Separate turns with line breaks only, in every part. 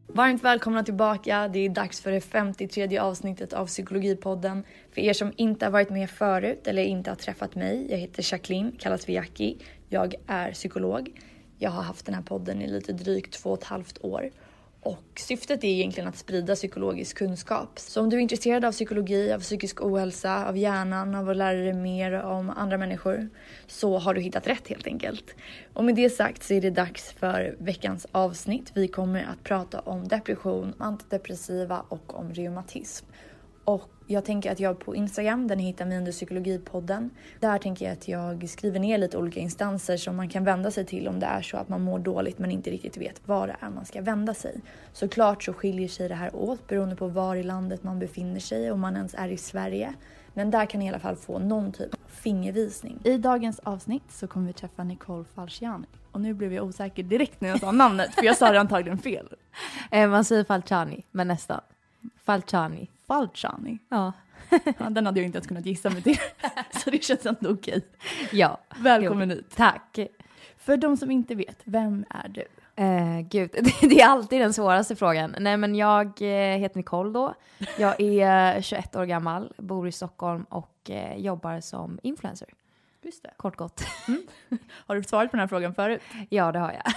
Varmt välkomna tillbaka. Det är dags för det 53:e avsnittet av Psykologipodden. För er som inte har varit med förut eller inte har träffat mig. Jag heter Jacqueline, kallas för Jackie. Jag är psykolog. Jag har haft den här podden i lite drygt 2,5 år. Och syftet är egentligen att sprida psykologisk kunskap. Så om du är intresserad av psykologi, av psykisk ohälsa, av hjärnan, av att lära dig mer om andra människor, så har du hittat rätt helt enkelt. Och med det sagt så är det dags för veckans avsnitt. Vi kommer att prata om depression, antidepressiva och om reumatism. Och jag tänker att jag på Instagram, där ni hittar mig under Psykologipodden. Där tänker jag att jag skriver ner lite olika instanser som man kan vända sig till om det är så att man mår dåligt men inte riktigt vet var det är man ska vända sig. Såklart så skiljer sig det här åt beroende på var i landet man befinner sig, om man ens är i Sverige. Men där kan ni i alla fall få någon typ av fingervisning.
I dagens avsnitt så kommer vi träffa Nicole Falciani. Och nu blev jag osäker direkt när jag sa namnet, för jag sa det antagligen fel.
Man säger Falciani, men nästan. Falciani.
Falciani?
Ja.
Ja, den hade jag inte ens kunnat gissa mig till. Så det känns ändå okej.
Ja.
Välkommen hit.
Tack.
För de som inte vet, vem är du?
Gud, det är alltid den svåraste frågan. Nej, men jag heter Nicole då. Jag är 21 år gammal, bor i Stockholm och jobbar som influencer.
Just det.
Kort gott.
Mm. Har du svarat på den här frågan förut?
Ja, det har jag.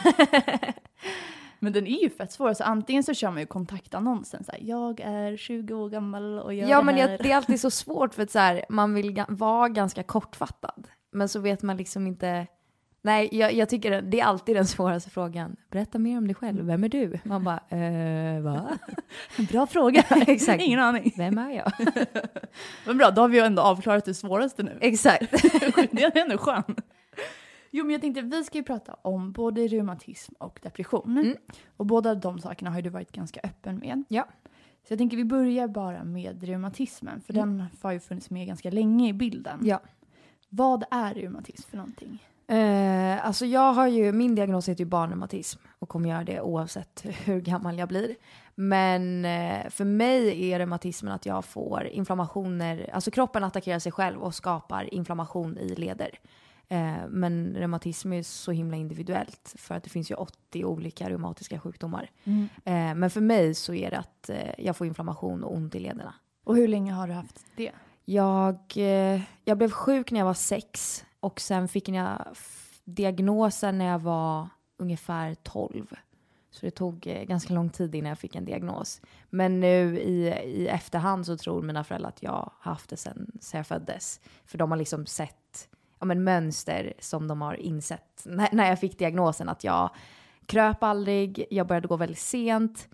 Men den är ju fett svår. Så antingen så kör man ju kontaktannonsen. Så här, jag är 20 år gammal och gör
men
det här.
det är alltid så svårt för att så här, man vill vara ganska kortfattad. Men så vet man liksom inte... Nej, jag tycker det är alltid den svåraste frågan. Berätta mer om dig själv. Vem är du? Man bara, va?
Bra fråga.
Exakt.
Ingen aning.
Vem är jag?
Men bra, då har vi ju ändå avklarat det svåraste nu.
Exakt.
Det är ändå skönt. Jo, men jag tänkte vi ska ju prata om både reumatism och depression.
Mm.
Och båda de sakerna har ju du varit ganska öppen med.
Ja.
Så jag tänker vi börjar bara med reumatismen. För den har ju funnits med ganska länge i bilden.
Ja.
Vad är reumatism för någonting?
Alltså min diagnos heter ju barnreumatism och kommer göra det oavsett hur gammal jag blir. Men för mig är reumatismen att jag får inflammationer, alltså kroppen attackerar sig själv och skapar inflammation i leder. Men reumatism är så himla individuellt för att det finns ju 80 olika reumatiska sjukdomar. Men för mig så är det att jag får inflammation och ont i lederna.
Och hur länge har du haft det?
Jag blev sjuk när jag var 6 och sen fick jag diagnosen när jag var ungefär 12. Så det tog ganska lång tid innan jag fick en diagnos. Men nu i efterhand så tror mina föräldrar att jag har haft det sen jag föddes. För de har liksom sett mönster som de har insett när jag fick diagnosen. Att jag kröp aldrig, jag började gå väldigt sent.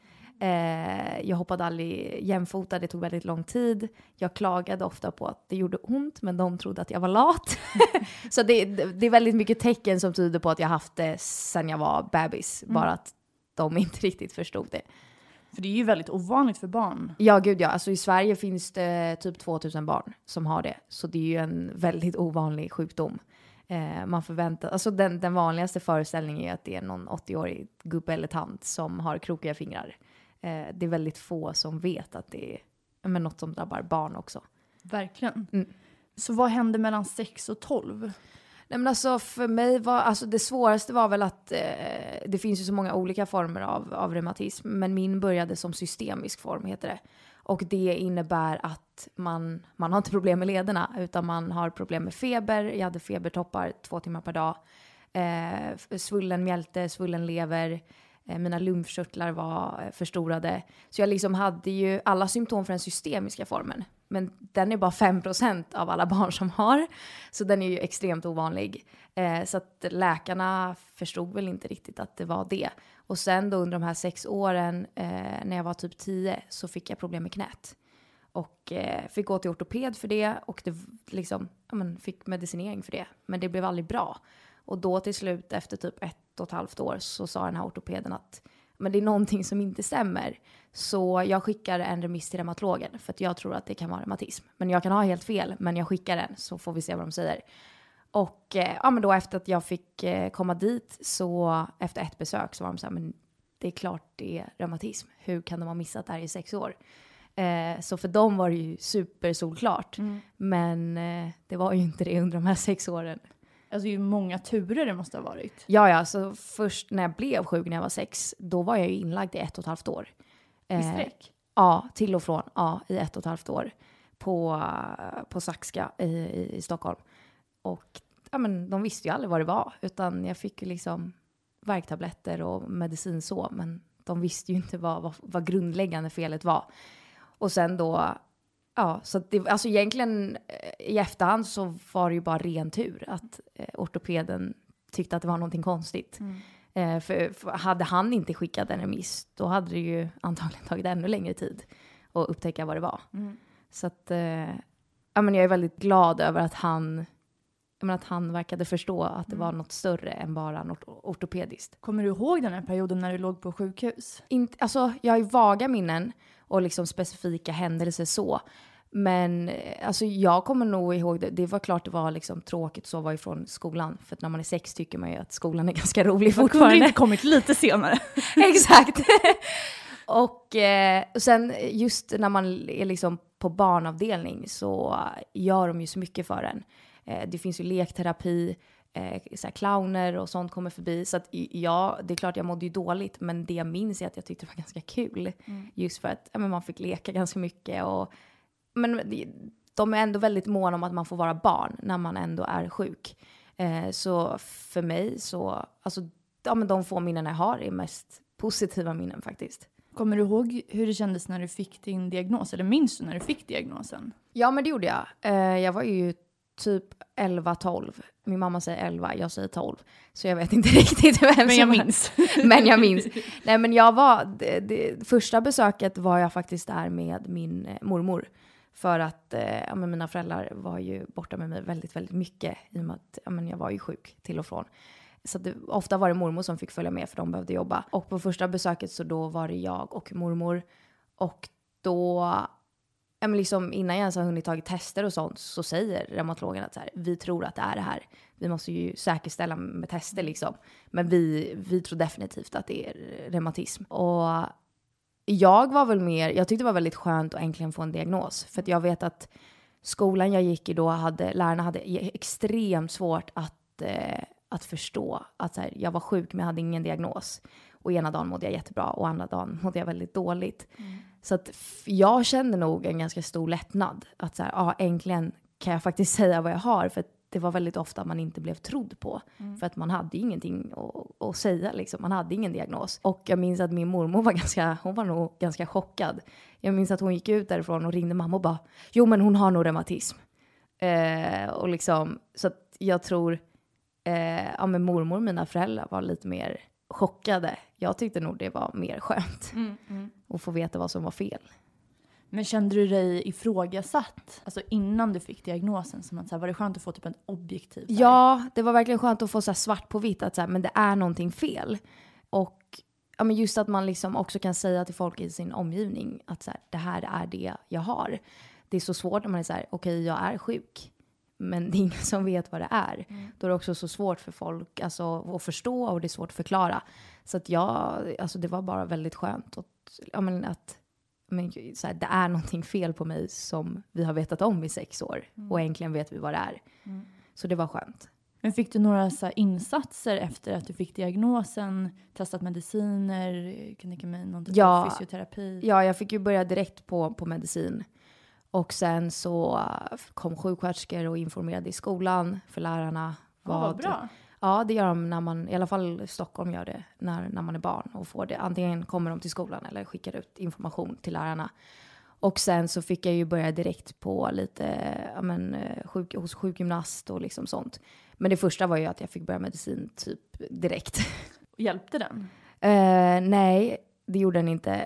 Jag hoppade aldrig jämfota, det tog väldigt lång tid. Jag klagade ofta på att det gjorde ont, men de trodde att jag var lat. Så det är väldigt mycket tecken som tyder på att jag haft det sen jag var bebis. Bara att de inte riktigt förstod det.
För det är ju väldigt ovanligt för barn.
Ja, gud ja. Alltså i Sverige finns det typ 2000 barn som har det. Så det är ju en väldigt ovanlig sjukdom. Man förväntar, alltså den vanligaste föreställningen är att det är någon 80-årig gubbe eller tant som har krokiga fingrar. Det är väldigt få som vet att det är något som drabbar barn också.
Verkligen. Så vad hände mellan 6 och 12?
Nej, men alltså för mig var det svåraste var väl att det finns ju så många olika former av reumatism. Men min började som systemisk form heter det. Och det innebär att man har inte problem med lederna utan man har problem med feber. Jag hade febertoppar 2 timmar per dag. Svullen mjälte, svullen lever. Mina lymfkörtlar var förstorade. Så jag liksom hade ju alla symptom för den systemiska formen. Men den är bara 5% av alla barn som har. Så den är ju extremt ovanlig. Så att läkarna förstod väl inte riktigt att det var det. Och sen då under de här 6 åren, när jag var typ 10, så fick jag problem med knät. Och fick gå till ortoped för det. Och det liksom, fick medicinering för det. Men det blev aldrig bra. Och då till slut efter typ 1,5 år så sa den här ortopeden att men det är någonting som inte stämmer. Så jag skickar en remiss till reumatologen för att jag tror att det kan vara reumatism. Men jag kan ha helt fel, men jag skickar den så får vi se vad de säger. Och men då efter att jag fick komma dit så efter 1 besök så var de så här, men det är klart det är reumatism. Hur kan de ha missat det här i 6 år? Så för dem var det ju supersolklart. Men det var ju inte det under de här 6 åren.
Alltså ju många turer det måste ha varit.
Ja, så först när jag blev sjuk när jag var 6, då var jag ju inlagd i 1,5 år.
I sträck?
Ja, till och från. Ja, i 1,5 år. På Saxka i Stockholm. Och ja, men de visste ju aldrig vad det var. Utan jag fick ju liksom värktabletter och medicin så. Men de visste ju inte vad grundläggande felet var. Och sen då, ja, så det, alltså egentligen i efterhand så var det ju bara ren tur att ortopeden tyckte att det var någonting konstigt. För hade han inte skickat en remiss, då hade det ju antagligen tagit ännu längre tid att upptäcka vad det var. Så att, ja, men jag är väldigt glad över att han verkade förstå att det var något större än bara något ortopediskt.
Kommer du ihåg den här perioden när du låg på sjukhus?
Alltså, jag har ju vaga minnen och liksom specifika händelser så. Men alltså, jag kommer nog ihåg det. Det var klart det var liksom tråkigt att sova ifrån skolan. För att när man är 6 tycker man ju att skolan är ganska rolig fortfarande.
Man kunde inte kommit lite senare.
Exakt. Och sen just när man är liksom på barnavdelning så gör de ju så mycket för en. Det finns ju lekterapi, så här clowner och sånt kommer förbi. Så att ja, det är klart jag mådde ju dåligt. Men det jag minns är att jag tyckte det var ganska kul. Just för att man fick leka ganska mycket. Men de är ändå väldigt måna om att man får vara barn när man ändå är sjuk. Så för mig så, alltså, ja, men de få minnen jag har är mest positiva minnen faktiskt.
Kommer du ihåg hur det kändes när du fick din diagnos? Eller minns du när du fick diagnosen?
Ja, men det gjorde jag. Jag var ju typ 11-12. Min mamma säger 11, jag säger 12. Så jag vet inte riktigt vem
men jag minns.
Men jag minns. Nej, men jag var... Det första besöket var jag faktiskt där med min mormor. För att mina föräldrar var ju borta med mig väldigt, väldigt mycket. I och med att jag var ju sjuk till och från. Så ofta var det mormor som fick följa med för de behövde jobba. Och på första besöket så då var det jag och mormor. Och då... liksom innan jag ens har hunnit tagit tester och sånt så säger reumatologen att så här, vi tror att det är det här. Vi måste ju säkerställa med tester liksom. Men vi tror definitivt att det är reumatism. Och jag tyckte det var väldigt skönt att äntligen få en diagnos. För att jag vet att skolan jag gick i då lärarna hade extremt svårt att förstå att så här, jag var sjuk men jag hade ingen diagnos. Och ena dagen mådde jag jättebra och andra dagen mådde jag väldigt dåligt. Så att jag kände nog en ganska stor lättnad. Att så här, äntligen kan jag faktiskt säga vad jag har. För att det var väldigt ofta man inte blev trodd på. För att man hade ingenting att säga. Liksom. Man hade ingen diagnos. Och jag minns att min mormor var nog ganska chockad. Jag minns att hon gick ut därifrån och ringde mamma och bara, jo men hon har nog reumatism. Och liksom, så att jag tror, men mormor och mina föräldrar var lite mer chockade. Jag tyckte nog det var mer skönt att få veta vad som var fel.
Men kände du dig ifrågasatt? Alltså innan du fick diagnosen, som att så här, var det skönt att få typ en objektiv? Där? Ja,
det var verkligen skönt att få så här svart på vitt att så här, men det är någonting fel. Och men just att man liksom också kan säga till folk i sin omgivning att så här, det här är det jag har. Det är så svårt när man är så här, okej, jag är sjuk. Men det är ingen som vet vad det är. Då är det också så svårt för folk alltså, att förstå och det är svårt att förklara. Så att det var bara väldigt skönt att så här, det är någonting fel på mig som vi har vetat om i 6 år. Och egentligen vet vi vad det är. Så det var skönt.
Men fick du några så här insatser efter att du fick diagnosen? Testat mediciner? Kan tänka mig någon typ av fysioterapi? Ja,
jag fick ju börja direkt på medicin. Och sen så kom sjuksköterskor och informerade i skolan för lärarna.
Vad bra.
Ja, det gör de när man, i alla fall Stockholm gör det när man är barn och får det. Antingen kommer de till skolan eller skickar ut information till lärarna. Och sen så fick jag ju börja direkt på lite hos sjukgymnast och liksom sånt. Men det första var ju att jag fick börja medicin typ direkt.
Hjälpte den?
Nej, det gjorde den inte.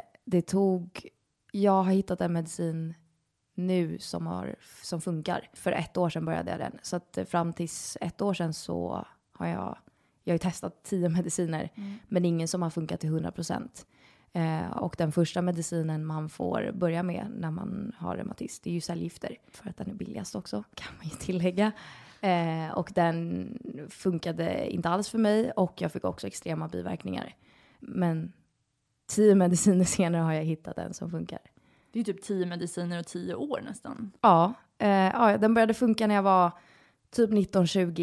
Jag har hittat en medicin nu som funkar. För 1 år sedan började jag den. Så att fram tills 1 år sedan så har jag har ju testat 10 mediciner. Men ingen som har funkat till 100%. Och den första medicinen man får börja med när man har reumatism, det är ju cellgifter. För att den är billigast också, kan man ju tillägga. Och den funkade inte alls för mig. Och jag fick också extrema biverkningar. Men 10 mediciner senare har jag hittat en som funkar.
Det är typ 10 mediciner och 10 år nästan.
Ja, den började funka när jag var typ 19-20.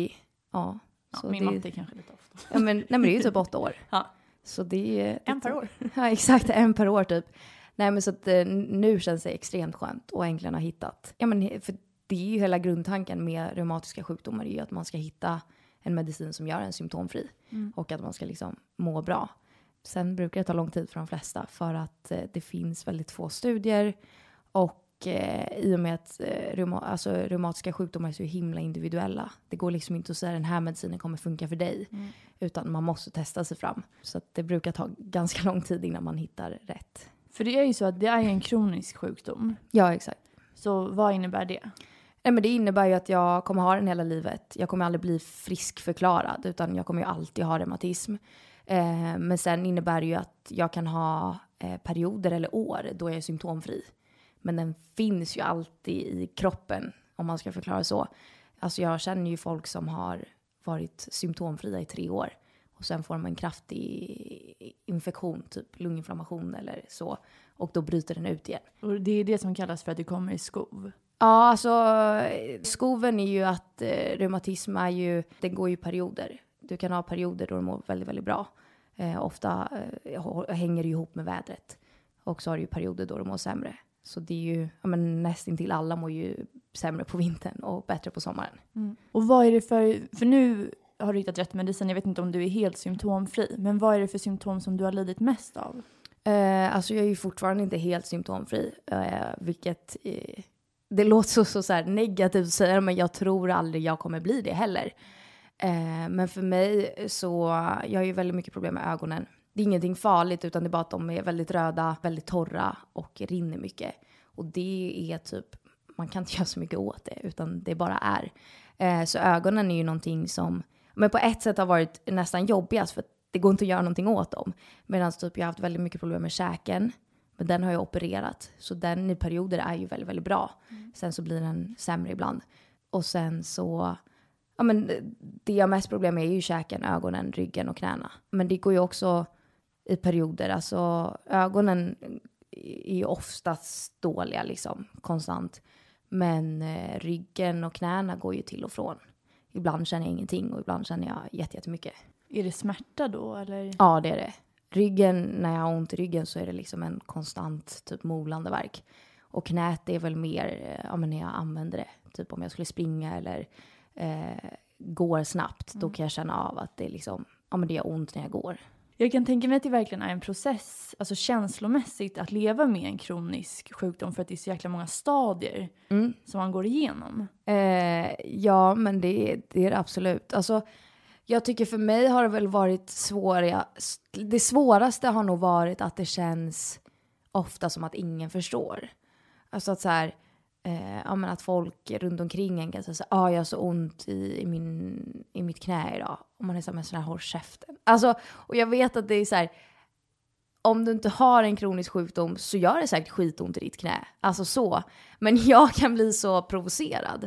Ja.
Så min matte är kanske lite ofta.
Ja, men det är ju typ 8 år.
Ja.
Så det är...
En per år.
Ja, exakt. En per år typ. Nej, men så att nu känns det extremt skönt och äntligen ha hittat. Ja, men för det är ju hela grundtanken med reumatiska sjukdomar, är ju att man ska hitta en medicin som gör en symptomfri. Och att man ska liksom må bra. Sen brukar det ta lång tid för de flesta för att det finns väldigt få studier. Och i och med att reumatiska sjukdomar är så himla individuella. Det går liksom inte att säga att den här medicinen kommer funka för dig. Utan man måste testa sig fram. Så att det brukar ta ganska lång tid innan man hittar rätt.
För det är ju så att det är en kronisk sjukdom.
Ja, exakt.
Så vad innebär det?
Nej, men det innebär ju att jag kommer ha den hela livet. Jag kommer aldrig bli friskförklarad, utan jag kommer ju alltid ha reumatism. Men sen innebär det ju att jag kan ha perioder eller år då jag är symptomfri. Men den finns ju alltid i kroppen, om man ska förklara så. Alltså jag känner ju folk som har varit symptomfria i 3 år. Och sen får de en kraftig infektion, typ lunginflammation eller så. Och då bryter den ut igen.
Och det är det som kallas för att det kommer i skov.
Ja, alltså skoven är ju att reumatism är ju, den går ju perioder. Du kan ha perioder då du mår väldigt, väldigt bra. Ofta hänger det ihop med vädret. Och så har du ju perioder då du mår sämre. Så det är ju, ja, men nästintill alla mår ju sämre på vintern och bättre på sommaren.
Och vad är det för nu har du hittat rätt medicin. Jag vet inte om du är helt symptomfri. Men vad är det för symptom som du har lidit mest av?
Alltså jag är ju fortfarande inte helt symptomfri. Vilket det låter så här negativt att säga, men jag tror aldrig jag kommer bli det heller. Men för mig så, jag har ju väldigt mycket problem med ögonen. Det är ingenting farligt, utan det är bara att de är väldigt röda, väldigt torra och rinner mycket. Och det är typ, man kan inte göra så mycket åt det, utan det bara är. Så ögonen är ju någonting som, men på ett sätt har varit nästan jobbigast, för det går inte att göra någonting åt dem. Medan typ jag har haft väldigt mycket problem med käken. Men den har jag opererat. Så den i perioder är ju väldigt, väldigt bra. Sen så blir den sämre ibland. Och sen så, ja men det jag har mest problem med är ju käken, ögonen, ryggen och knäna. Men det går ju också i perioder. Alltså ögonen är ju oftast dåliga liksom, konstant. Men ryggen och knäna går ju till och från. Ibland känner jag ingenting och ibland känner jag jättemycket.
Är det smärta då eller?
Ja, det är det. Ryggen, när jag har ont i ryggen så är det liksom en konstant typ molande värk. Och knät är väl mer, ja men när jag använder det. Typ om jag skulle springa eller går snabbt. Då kan jag känna av att det är liksom, ja men det gör ont när jag går.
Jag kan tänka mig att det verkligen är en process, alltså känslomässigt, att leva med en kronisk sjukdom. För att det är så jäkla många stadier som man går igenom.
Ja, men det är det absolut. Alltså, jag tycker för mig har det väl varit det svåraste har nog varit att det känns ofta som att ingen förstår. Alltså att så här, ja men att folk runt omkring en kan säga så här, jag har så ont i mitt knä idag. Och man är så här med sån här hård käften. Alltså, och jag vet att det är så här, om du inte har en kronisk sjukdom så gör det säkert skitont i ditt knä. Alltså så. Men jag kan bli så provocerad.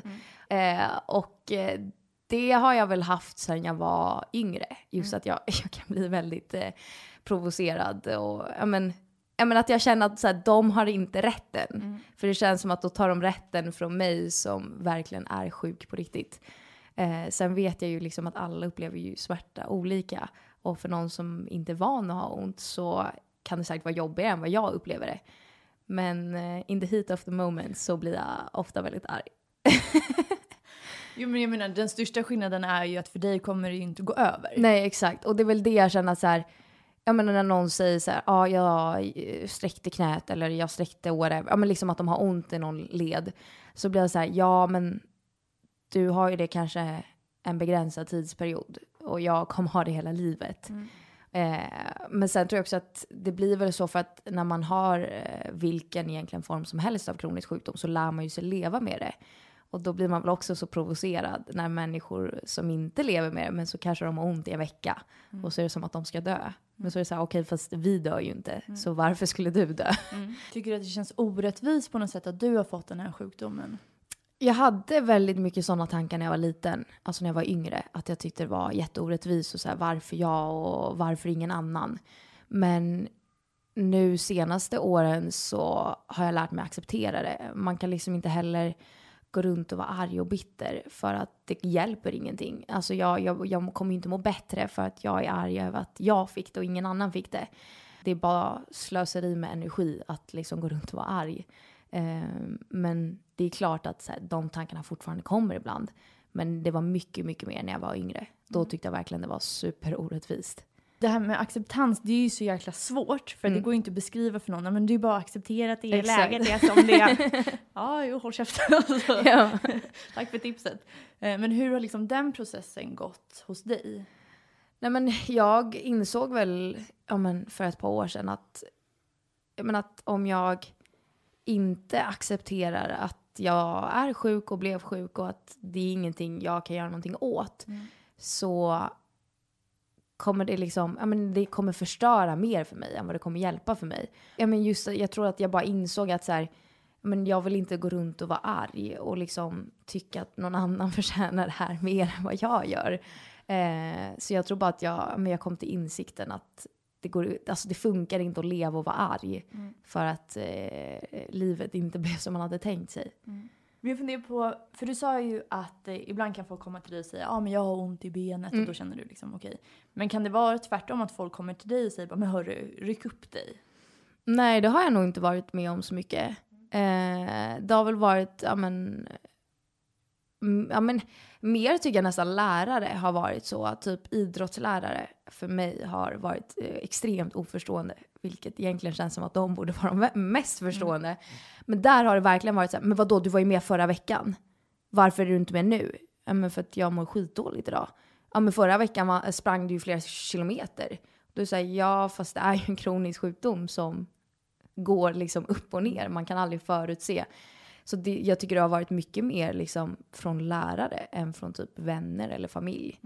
Det har jag väl haft sedan jag var yngre. Just att jag kan bli väldigt provocerad. Och jag menar att jag känner att så här, de har inte rätten. För det känns som att då tar de rätten från mig som verkligen är sjuk på riktigt. Sen vet jag ju liksom att alla upplever ju smärta olika. Och för någon som inte är van att ha ont så kan det säkert vara jobbigare än vad jag upplever det. Men in the heat of the moment så blir jag ofta väldigt arg.
Jo, men jag menar, den största skillnaden är ju att för dig kommer det ju inte gå över.
Nej, exakt. Och det är väl det jag känner så här. Jag menar när någon säger så här, jag sträckte knät eller jag sträckte whatever. Ja, men liksom att de har ont i någon led. Så blir jag så här, ja men du har ju det kanske en begränsad tidsperiod. Och jag kommer ha det hela livet. Men sen tror jag också att det blir väl så för att när man har vilken egentligen form som helst av kronisk sjukdom så lär man ju sig leva med det. Och då blir man väl också så provocerad när människor som inte lever med det, men så kanske de har ont i en vecka. Och så är det som att de ska dö. Men så är det så här, okej, fast vi dör ju inte. Så varför skulle du dö?
Tycker du att det känns orättvist på något sätt att du har fått den här sjukdomen?
Jag hade väldigt mycket sådana tankar när jag var liten. Alltså när jag var yngre. Att jag tyckte det var jätteorättvist. Och så här, varför jag och varför ingen annan. Men nu senaste åren så har jag lärt mig acceptera det. Man kan liksom inte heller gå runt och vara arg och bitter, för att det hjälper ingenting. Alltså jag kommer ju inte må bättre för att jag är arg över att jag fick det och ingen annan fick det. Det är bara slöseri med energi att liksom gå runt och vara arg. Men det är klart att så här, de tankarna fortfarande kommer ibland. Men det var mycket, mycket mer när jag var yngre. Då tyckte jag verkligen det var superorättvist.
Det här med acceptans, det är ju så jäkla svårt. För det går ju inte att beskriva för någon. Men det är bara att acceptera att det är läget, det är som det är. Ja, jo, håll käften.
Ja.
Tack för tipset. Men hur har liksom den processen gått hos dig?
Nej, men jag insåg väl för ett par år sedan att om jag inte accepterar att jag är sjuk och blev sjuk och att det är ingenting jag kan göra någonting åt, så kommer det liksom, det kommer förstöra mer för mig än vad det kommer hjälpa för mig. Jag tror att jag bara insåg att så här, jag vill inte gå runt och vara arg och liksom tycka att någon annan förtjänar det här mer än vad jag gör. Så jag tror bara att jag kom till insikten att det funkar inte att leva och vara arg för att livet inte blev som man hade tänkt sig.
Men jag funderar på, för du sa ju att ibland kan folk komma till dig och säga men jag har ont i benet och då känner du liksom okej. Men kan det vara tvärtom att folk kommer till dig och säger men hörru, ryck upp dig?
Nej, det har jag nog inte varit med om så mycket. Det har väl varit mer tycker jag nästan lärare har varit så. Typ idrottslärare för mig har varit extremt oförstående. Vilket egentligen känns som att de borde vara de mest förstående. Men där har det verkligen varit så här, men vadå, du var ju med förra veckan. Varför är du inte med nu? Men för att jag mår skitdåligt idag. Men förra veckan sprang du ju flera kilometer. Du säger ja, fast det är ju en kronisk sjukdom som går liksom upp och ner. Man kan aldrig förutse. Så jag tycker det har varit mycket mer liksom från lärare än från typ vänner eller familj.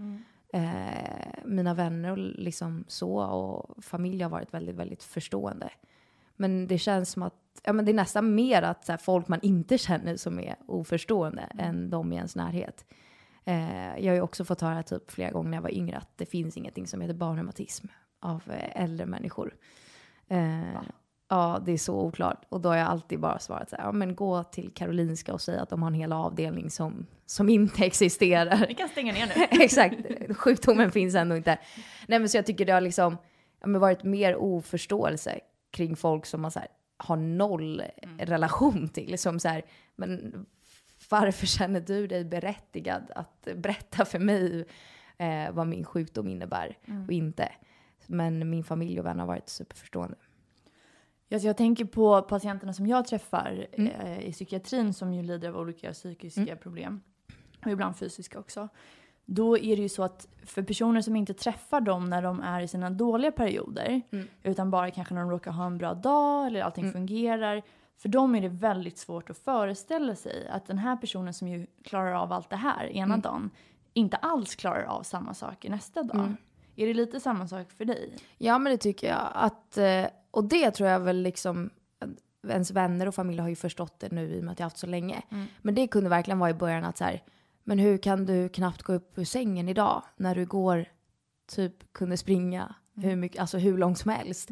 Mina vänner liksom så och familj har varit väldigt, väldigt förstående. Men det känns som att det är nästan mer att så här, folk man inte känner som är oförstående än de i ens närhet. Jag har ju också fått höra typ flera gånger när jag var yngre att det finns ingenting som heter barnreumatism av äldre människor. Ja, det är så oklart. Och då har jag alltid bara svarat så här, men gå till Karolinska och säga att de har en hel avdelning som inte existerar.
Vi kan stänga ner nu.
Exakt, sjukdomen finns ändå inte. Nej, men så jag tycker det har liksom varit mer oförståelse kring folk som man så här, har noll relation till. Som så här, men varför känner du dig berättigad att berätta för mig vad min sjukdom innebär och inte? Men min familj och vänner har varit superförstående.
Jag tänker på patienterna som jag träffar i psykiatrin som ju lider av olika psykiska problem. Och ibland fysiska också. Då är det ju så att för personer som inte träffar dem när de är i sina dåliga perioder. Utan bara kanske när de råkar ha en bra dag eller allting fungerar. För dem är det väldigt svårt att föreställa sig att den här personen som ju klarar av allt det här ena dagen. Inte alls klarar av samma saker nästa dag. Är det lite samma sak för dig?
Ja, men det tycker jag. Och det tror jag väl liksom, ens vänner och familj har ju förstått det nu i och med att jag har haft så länge. Men det kunde verkligen vara i början att så här, men hur kan du knappt gå upp ur sängen idag när du går, typ kunde springa hur långt som helst.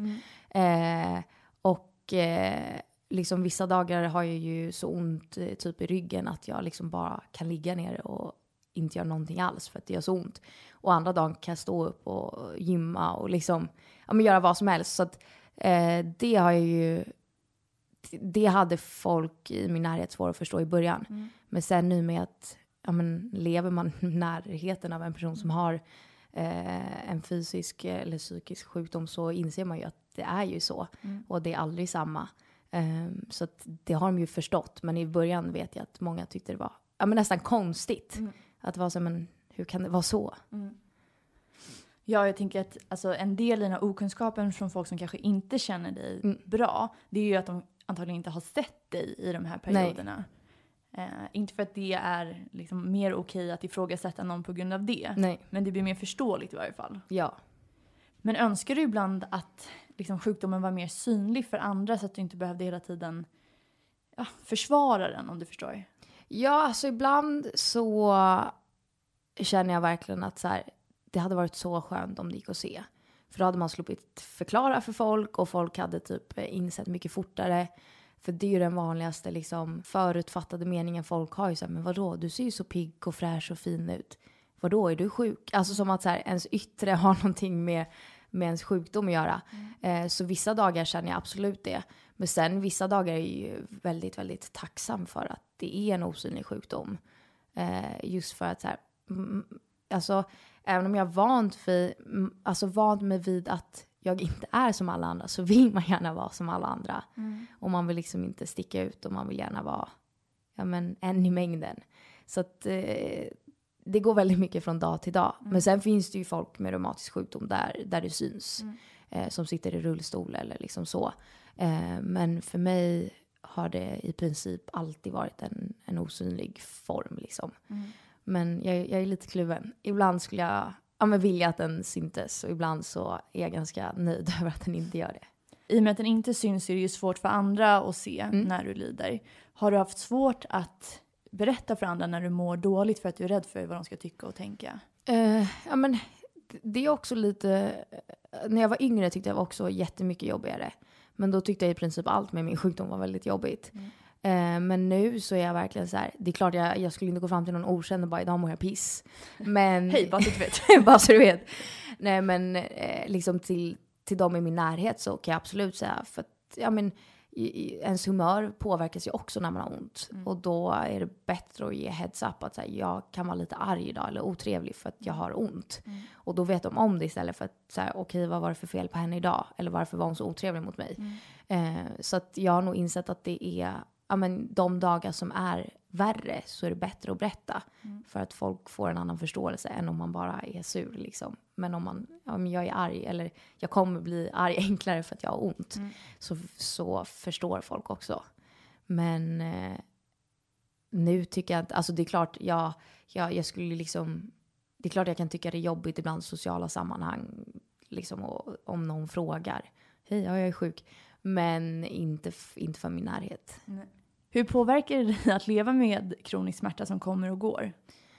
Liksom vissa dagar har jag ju så ont typ i ryggen att jag liksom bara kan ligga ner och inte göra någonting alls för att det gör så ont. Och andra dagar kan jag stå upp och gymma och liksom göra vad som helst. Så att det har jag ju, det hade folk i min närhet svårt att förstå i början. Men sen nu med att lever man i närheten av en person som har en fysisk eller psykisk sjukdom, så inser man ju att det är ju så. Och det är aldrig samma. Så att det har de ju förstått. Men i början vet jag att många tyckte det var nästan konstigt. Att det var så, men hur kan det vara så?
Ja, jag tänker att alltså, en del i den här okunskapen från folk som kanske inte känner dig bra, det är ju att de antagligen inte har sett dig i de här perioderna. Inte för att det är liksom mer okej att ifrågasätta någon på grund av det.
Nej.
Men det blir mer förståeligt i varje fall.
Ja.
Men önskar du ibland att liksom, sjukdomen var mer synlig för andra så att du inte behövde hela tiden försvara den, om du förstår?
Ja, alltså ibland så känner jag verkligen att så här, det hade varit så skönt om det gick att se. För då hade man sluppit förklara för folk och folk hade typ insett mycket fortare. För det är ju den vanligaste liksom, förutfattade meningen folk har. Ju så här, men vadå, du ser ju så pigg och fräsch och fin ut. Vadå, är du sjuk? Alltså som att så här, ens yttre har någonting med ens sjukdom att göra. Så vissa dagar känner jag absolut det. Men sen vissa dagar är jag ju väldigt, väldigt tacksam för att det är en osynlig sjukdom. Just för att så här, alltså, även om jag har vant mig vid att jag inte är som alla andra, så vill man gärna vara som alla andra. Och man vill liksom inte sticka ut, och man vill gärna vara en i mängden. Så att det går väldigt mycket från dag till dag. Men sen finns det ju folk med reumatisk sjukdom där det syns. Som sitter i rullstol eller liksom så. Men för mig har det i princip alltid varit en osynlig form liksom. Men jag är lite kluven. Ibland skulle jag vilja att den syntes, och ibland så är jag ganska nöjd över att den inte gör det.
I och med att den inte syns är det ju svårt för andra att se när du lider. Har du haft svårt att berätta för andra när du mår dåligt för att du är rädd för vad de ska tycka och tänka?
Det är också lite... När jag var yngre tyckte jag var också jättemycket jobbigare. Men då tyckte jag i princip allt med min sjukdom var väldigt jobbigt. Men nu så är jag verkligen så här... Det är klart jag skulle inte gå fram till någon okänd och bara, idag mår jag piss. Men...
Hej, bara så du vet.
Bara så du vet. Nej, men liksom till dem i min närhet så kan jag absolut säga, för att ens humör påverkas ju också när man har ont. Och då är det bättre att ge heads up att så här, jag kan vara lite arg idag eller otrevlig för att jag har ont. Och då vet de om det istället för att säga, okej, vad var det för fel på henne idag? Eller varför var hon så otrevlig mot mig? Så att jag har nog insett att det är de dagar som är värre, så är det bättre att berätta. För att folk får en annan förståelse än om man bara är sur liksom. Men om jag är arg, eller jag kommer bli arg enklare för att jag har ont, så förstår folk också. Men nu tycker jag att, alltså det är klart jag skulle liksom, det är klart jag kan tycka det är jobbigt ibland i sociala sammanhang liksom, och om någon frågar, hej, jag är sjuk, men inte för min närhet.
Nej. Hur påverkar det dig att leva med kronisk smärta som kommer och går?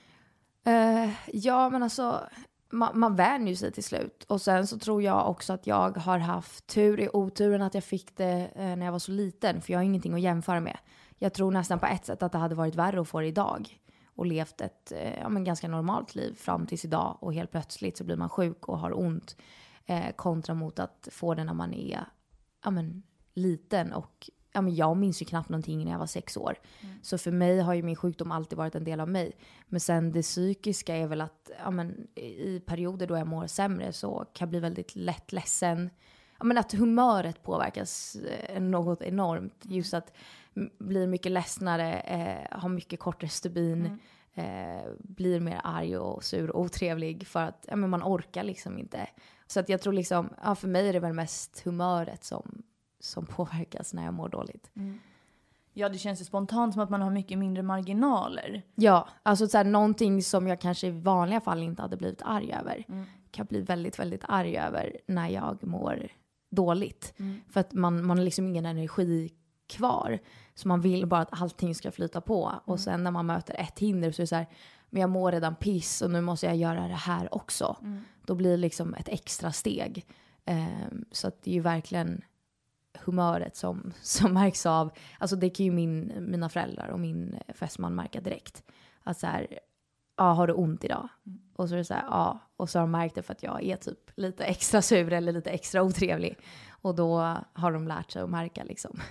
Men alltså, man vänjer sig till slut. Och sen så tror jag också att jag har haft tur i oturen att jag fick det när jag var så liten. För jag har ingenting att jämföra med. Jag tror nästan på ett sätt att det hade varit värre att få det idag. Och levt ett ganska normalt liv fram tills idag. Och helt plötsligt så blir man sjuk och har ont. Kontra mot att få det när man är liten. Och jag minns ju knappt någonting när jag var 6 år. Så för mig har ju min sjukdom alltid varit en del av mig. Men sen det psykiska är väl att i perioder då jag mår sämre så kan jag bli väldigt lätt ledsen. Att humöret påverkas något enormt. Just att blir mycket ledsnare, har mycket kortare stubin. Blir mer arg och sur och otrevlig för att man orkar liksom inte. Så att jag tror liksom, för mig är det väl mest humöret som påverkas när jag mår dåligt.
Ja, det känns ju spontant som att man har mycket mindre marginaler.
Ja, alltså så här, någonting som jag kanske i vanliga fall inte hade blivit arg över. Kan bli väldigt, väldigt arg över när jag mår dåligt. För att man har liksom ingen energi kvar. Så man vill bara att allting ska flyta på. Och sen när man möter ett hinder så är det så här, men jag mår redan piss och nu måste jag göra det här också. Då blir det liksom ett extra steg. Så att det är ju verkligen humöret som märks av, alltså det kan ju mina föräldrar och min fästman märka direkt. Att så här, har du ont idag? Och så är det så här, och så har de märkt det för att jag är typ lite extra sur eller lite extra otrevlig. Och då har de lärt sig att märka liksom.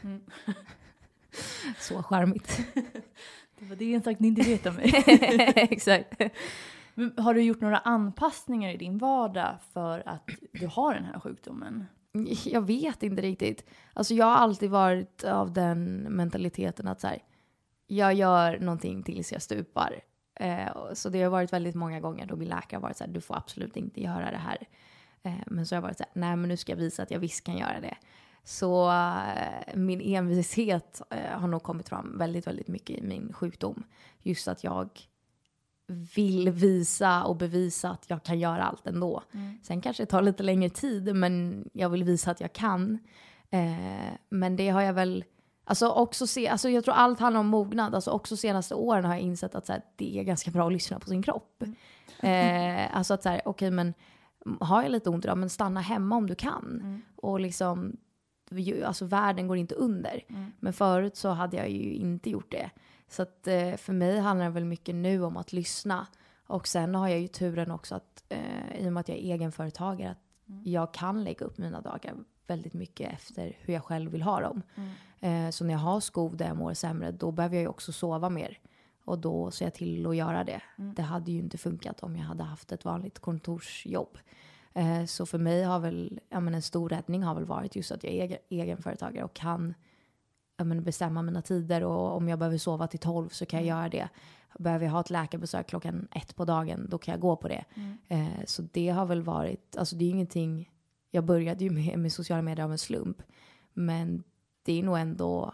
Så charmigt.
Det var det en sak ni inte vet om mig.
Exakt.
Men har du gjort några anpassningar i din vardag för att du har den här sjukdomen?
Jag vet inte riktigt. Alltså jag har alltid varit av den mentaliteten att så här, jag gör någonting tills jag stupar. Så det har varit väldigt många gånger då min läkare har varit så här, du får absolut inte göra det här. Men så har jag varit så här, nej men nu ska jag visa att jag visst kan göra det. Så min envishet har nog kommit fram väldigt, väldigt mycket i min sjukdom. Just att jag vill visa och bevisa att jag kan göra allt ändå. Sen kanske det tar lite längre tid, men jag vill visa att jag kan. Men det har jag väl... Alltså jag tror allt handlar om mognad. Alltså också senaste åren har jag insett att så här, det är ganska bra att lyssna på sin kropp. Alltså att så här, okej, men har jag lite ont idag, men stanna hemma om du kan. Och liksom alltså världen går inte under. Men förut så hade jag ju inte gjort det. Så att för mig handlar det väl mycket nu om att lyssna. Och sen har jag ju turen också att i och med att jag är egenföretagare att jag kan lägga upp mina dagar väldigt mycket efter hur jag själv vill ha dem. Så när jag har skov där jag mår sämre, då behöver jag ju också sova mer. Och då ser jag till att göra det. Det hade ju inte funkat om jag hade haft ett vanligt kontorsjobb. Så för mig har väl, en stor räddning har väl varit just att jag är egenföretagare och kan bestämma mina tider. Och om jag behöver sova till 12 så kan jag göra det. Behöver jag ha ett läkarbesök klockan 1 på dagen, då kan jag gå på det. Så det har väl varit, alltså det är ingenting, jag började ju med sociala medier av en slump. Men det är nog ändå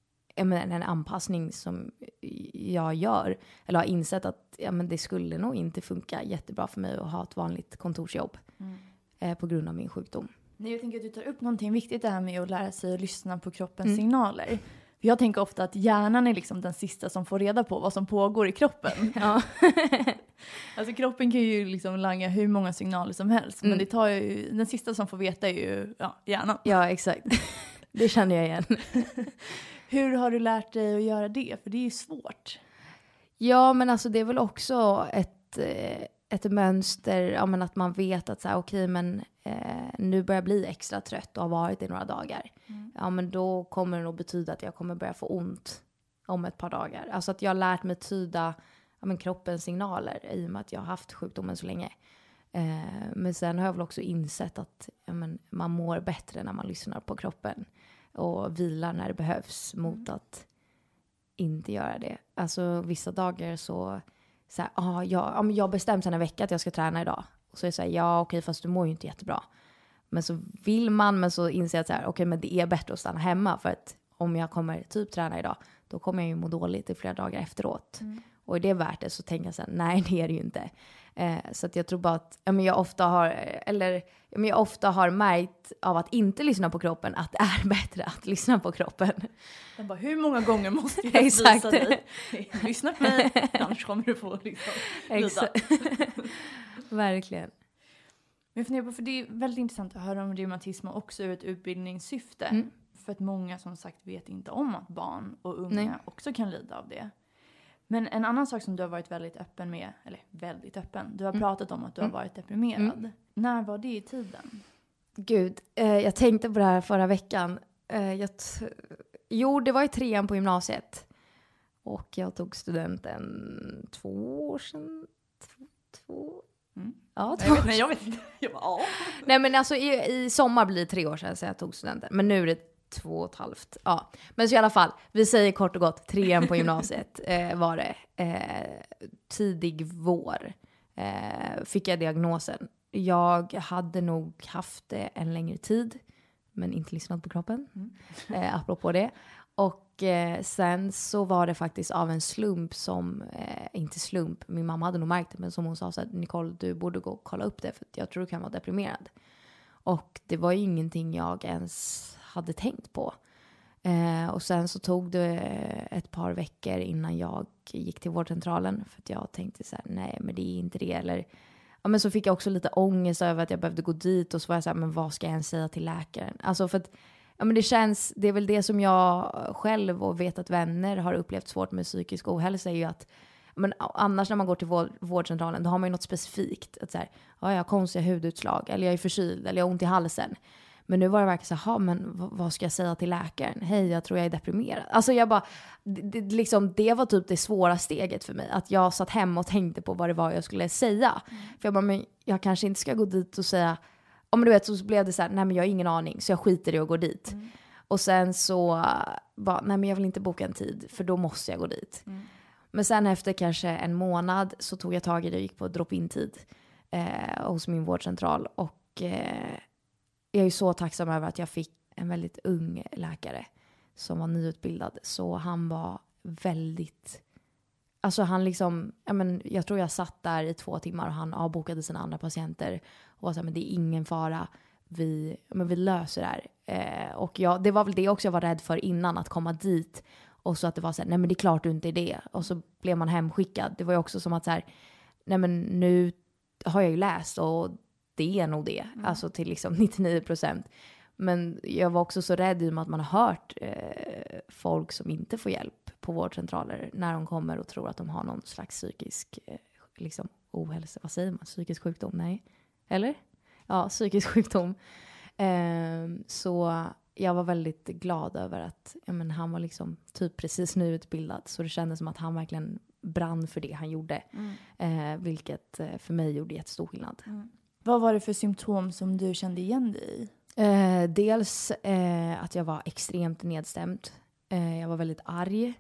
en anpassning som jag gör. Eller har insett att det skulle nog inte funka jättebra för mig att ha ett vanligt kontorsjobb. På grund av min sjukdom.
Nej, jag tänker att du tar upp någonting viktigt det här med att lära sig att lyssna på kroppens signaler. Jag tänker ofta att hjärnan är liksom den sista som får reda på vad som pågår i kroppen.
Ja.
Alltså kroppen kan ju liksom langa hur många signaler som helst. Men det tar ju, den sista som får veta är ju hjärnan.
Ja, exakt. Det känner jag igen.
Hur har du lärt dig att göra det? För det är ju svårt.
Ja, men alltså det är väl också ett mönster, men att man vet att så här, okej, men nu börjar jag bli extra trött och har varit i några dagar. Ja, men då kommer det nog betyda att jag kommer börja få ont om ett par dagar. Alltså att jag har lärt mig tyda kroppens signaler i och med att jag har haft sjukdomen så länge. Men sen har jag väl också insett att man mår bättre när man lyssnar på kroppen och vilar när det behövs mot att inte göra det. Alltså vissa dagar så här, jag bestämt sedan en vecka att jag ska träna idag. Och så är det så här, okej, fast du mår ju inte jättebra. Men så vill man, men så inser jag att så här, okej, men det är bättre att stanna hemma. För att om jag kommer typ träna idag, då kommer jag ju må dåligt i flera dagar efteråt. Och är det värt det, så tänker jag så här, nej, det är det ju inte. Så att jag tror bara att jag ofta har märkt av att inte lyssna på kroppen att det är bättre att lyssna på kroppen.
Jag bara, hur många gånger måste jag visa dig? Lyssna på mig, annars kommer du få liksom
Exakt. Verkligen.
Men jag funderar på, för det är väldigt intressant att höra om reumatism också ur ett utbildningssyfte. För att många som sagt vet inte om att barn och unga också kan lida av det. Men en annan sak som du har varit väldigt öppen med, eller väldigt öppen, du har pratat om att du har varit deprimerad. När var det i tiden?
Gud, jag tänkte på det här förra veckan. Det var i 3:an på gymnasiet. Och jag tog studenten 2 år sedan. Ja, 2 år.
Nej, jag vet inte.
Nej, men alltså i sommar blir det 3 år sedan så jag tog studenten. Men nu är det 2,5. Ja, men så i alla fall, vi säger kort och gott 3:an på gymnasiet var det. Tidig vår fick jag diagnosen. Jag hade nog haft det en längre tid, men inte lyssnat på kroppen. Apropå det. Och sen så var det faktiskt av en slump som, inte slump, min mamma hade nog märkt det, men som hon sa så här, Nicole, du borde gå och kolla upp det för jag tror du kan vara deprimerad. Och det var ju ingenting jag ens hade tänkt på. Och sen så tog det ett par veckor innan jag gick till vårdcentralen. För att jag tänkte så här, nej men det är inte det. Eller, men så fick jag också lite ångest över att jag behövde gå dit. Och så var jag så här, men vad ska jag ens säga till läkaren? Alltså för att, det är väl det som jag själv och vet att vänner har upplevt svårt med psykisk ohälsa. Är ju att, annars när man går till vårdcentralen, då har man ju något specifikt. Att så här, jag har konstiga hudutslag. Eller jag är förkyld. Eller jag har ont i halsen. Men nu var det verkligen så här, men vad ska jag säga till läkaren? Hej, jag tror jag är deprimerad. Alltså jag bara, det var typ det svåra steget för mig. Att jag satt hemma och tänkte på vad det var jag skulle säga. För jag bara, men jag kanske inte ska gå dit och säga, men du vet, så blev det så här, nej men jag har ingen aning. Så jag skiter i att gå dit. Och sen så bara, nej men jag vill inte boka en tid. För då måste jag gå dit. Men sen efter kanske en månad så tog jag tag i det och gick på drop-in-tid. Hos min vårdcentral. Och jag är så tacksam över att jag fick en väldigt ung läkare som var nyutbildad. Så han var väldigt, alltså han liksom, jag tror jag satt där i 2 timmar och han avbokade sina andra patienter. Och var så här, men det är ingen fara, vi löser det här. Och det var väl det också jag var rädd för innan, att komma dit. Och så att det var så här, nej men det är klart du inte är det. Och så blev man hemskickad. Det var ju också som att så här, nej men nu har jag ju läst och det är nog det. Alltså till liksom 99%. Men jag var också så rädd i och med att man har hört folk som inte får hjälp på vårdcentraler när de kommer och tror att de har någon slags psykisk liksom ohälsa. Vad säger man? Psykisk sjukdom? Nej. Eller? Ja, psykisk sjukdom. Så jag var väldigt glad över att han var liksom typ precis nyutbildad. Så det kändes som att han verkligen brann för det han gjorde. Vilket för mig gjorde jättestor skillnad.
Vad var det för symptom som du kände igen dig i?
Dels att jag var extremt nedstämd. Jag var väldigt arg.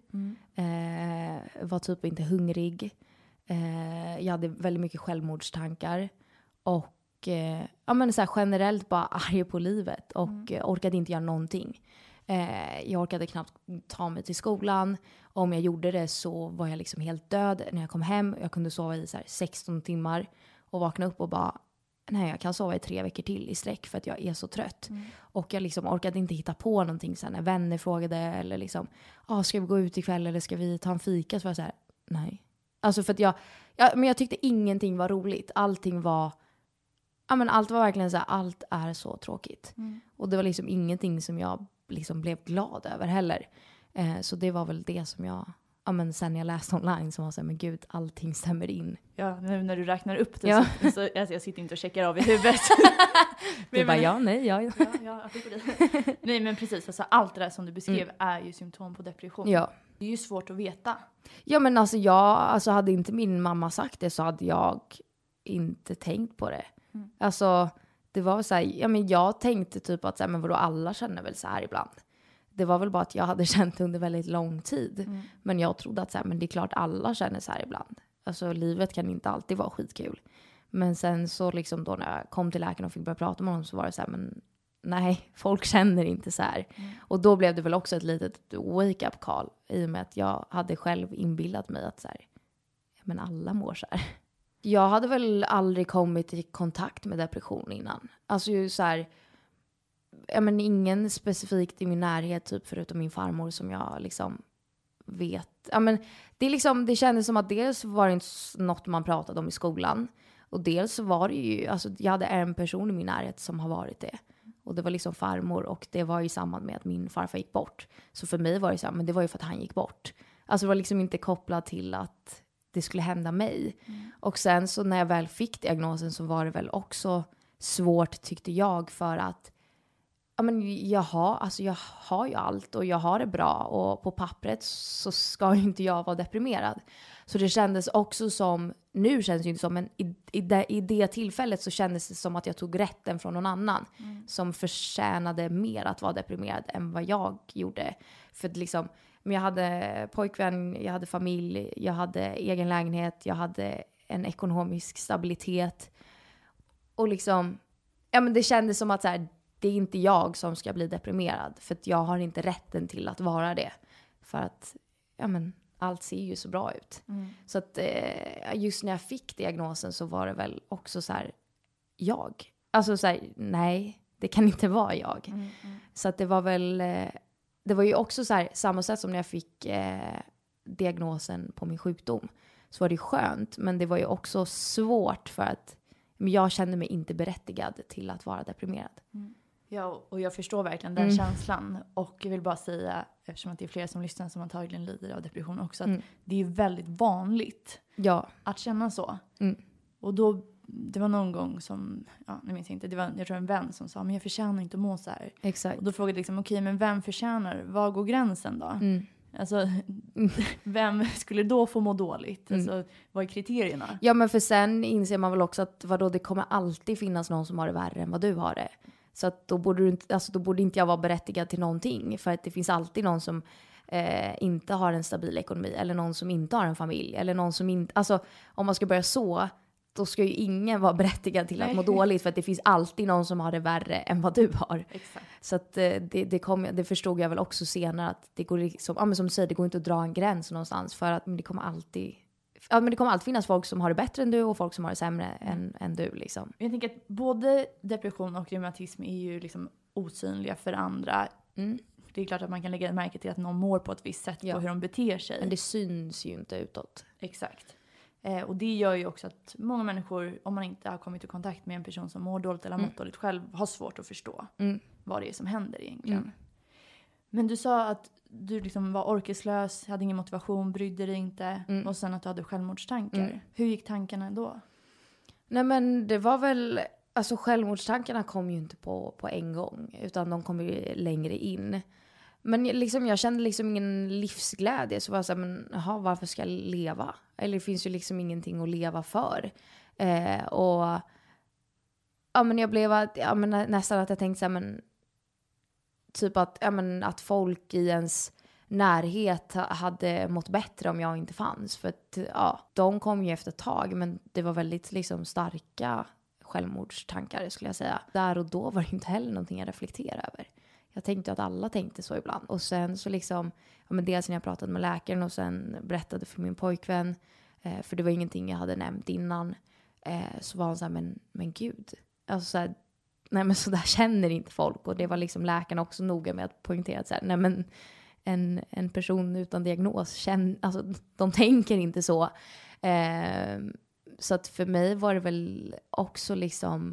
Var typ inte hungrig. Jag hade väldigt mycket självmordstankar. Och så här, generellt bara arg på livet. Och orkade inte göra någonting. Jag orkade knappt ta mig till skolan. Om jag gjorde det så var jag liksom helt död när jag kom hem. Jag kunde sova i så här 16 timmar. Och vakna upp och bara... Nej, jag kan sova i 3 veckor till i sträck för att jag är så trött. Och jag liksom orkade inte hitta på någonting sen när vänner frågade eller liksom, ska vi gå ut ikväll eller ska vi ta en fika? Så var jag så här, nej. Alltså för att jag tyckte ingenting var roligt. Allting var, allt var verkligen så här, allt är så tråkigt. Och det var liksom ingenting som jag liksom blev glad över heller. Så det var väl det som jag... sen jag läste online som var så här, men gud, allting stämmer in.
Ja, nu när du räknar upp det så alltså, jag sitter inte och checkar av i huvudet.
Du bara, nej.
Ja, nej, men precis. Alltså, allt det där som du beskrev är ju symptom på depression.
Ja.
Det är ju svårt att veta.
Ja, men alltså hade inte min mamma sagt det så hade jag inte tänkt på det. Alltså, det var så här, jag tänkte typ att så här, men vadå, alla känner väl så här ibland. Det var väl bara att jag hade känt under väldigt lång tid. Men jag trodde att så här, men det är klart alla känner så här ibland. Alltså livet kan inte alltid vara skitkul. Men sen så liksom då när jag kom till läkaren och fick börja prata med honom så var det så här, men nej, folk känner inte så här. Och då blev det väl också ett litet wake-up call i och med att jag hade själv inbillat mig att så här, men alla mår så här. Jag hade väl aldrig kommit i kontakt med depression innan. Alltså ju så här... ingen specifikt i min närhet typ förutom min farmor som jag liksom vet. Det kändes som att dels var det inte något man pratade om i skolan och dels var det ju, alltså jag hade en person i min närhet som har varit det. Och det var liksom farmor och det var i samband med att min farfar gick bort. Så för mig var det så här, men det var ju för att han gick bort. Alltså det var liksom inte kopplat till att det skulle hända mig. Och sen så när jag väl fick diagnosen så var det väl också svårt tyckte jag för att jag har ju allt och jag har det bra och på pappret så ska ju inte jag vara deprimerad. Så det kändes också som, nu känns det inte som, men i det tillfället så kändes det som att jag tog rätten från någon annan som förtjänade mer att vara deprimerad än vad jag gjorde. För liksom, men jag hade pojkvän, jag hade familj, jag hade egen lägenhet, jag hade en ekonomisk stabilitet och liksom, det kändes som att så här, det är inte jag som ska bli deprimerad. För att jag har inte rätten till att vara det. För att allt ser ju så bra ut. Så att just när jag fick diagnosen så var det väl också så här, jag. Alltså så här, nej, det kan inte vara jag. Så att det var väl, det var ju också så här, samma sätt som när jag fick diagnosen på min sjukdom. Så var det skönt, men det var ju också svårt för att jag kände mig inte berättigad till att vara deprimerad.
Ja, och jag förstår verkligen den känslan. Och jag vill bara säga, eftersom att det är flera som lyssnar som antagligen lider av depression också, att det är ju väldigt vanligt att känna så. Och då, det var någon gång som, nu minns jag inte, det var, jag tror en vän som sa, men jag förtjänar inte att må så här.
Exakt.
Och då frågade jag liksom, okej, men vem förtjänar, var går gränsen då? Alltså, vem skulle då få må dåligt? Alltså, vad är kriterierna?
Ja, men för sen inser man väl också att det kommer alltid finnas någon som har det värre än vad du har det. Så att då borde inte jag vara berättigad till någonting. För att det finns alltid någon som inte har en stabil ekonomi. Eller någon som inte har en familj. Eller någon som inte... Alltså om man ska börja så, då ska ju ingen vara berättigad till att må dåligt. För att det finns alltid någon som har det värre än vad du har.
Exakt.
Så att det förstod jag väl också senare. Att det går liksom, som du säger, det går inte att dra en gräns någonstans. För att det kommer alltid finnas folk som har det bättre än du och folk som har det sämre än du. Liksom.
Jag tänker att både depression och reumatism är ju liksom osynliga för andra. Det är klart att man kan lägga märke till att någon mår på ett visst sätt på hur de beter sig.
Men det syns ju inte utåt.
Exakt. Och det gör ju också att många människor, om man inte har kommit i kontakt med en person som mår dåligt eller har mått dåligt själv, har svårt att förstå vad det är som händer egentligen. Men du sa att du liksom var orkeslös, hade ingen motivation, brydde dig inte. Och sen att du hade självmordstankar. Hur gick tankarna då?
Nej men det var väl, alltså självmordstankarna kom ju inte på en gång. Utan de kom ju längre in. Men liksom, jag kände liksom ingen livsglädje. Så var jag så här, men varför ska jag leva? Eller det finns ju liksom ingenting att leva för. Och ja men jag blev nästan att jag tänkte så här, men typ att folk i ens närhet hade mått bättre om jag inte fanns. För att de kom ju efter ett tag, men det var väldigt liksom starka självmordstankar skulle jag säga. Där och då var det inte heller någonting jag reflekterade över. Jag tänkte att alla tänkte så ibland. Och sen så liksom, dels när jag pratade med läkaren och sen berättade för min pojkvän, för det var ingenting jag hade nämnt innan, så var han så här, men gud. Alltså så här, nej men så där känner inte folk. Och det var liksom läkaren också noga med att poängtera att så här, nej men en person utan diagnos alltså de tänker inte så. Så att för mig var det väl också liksom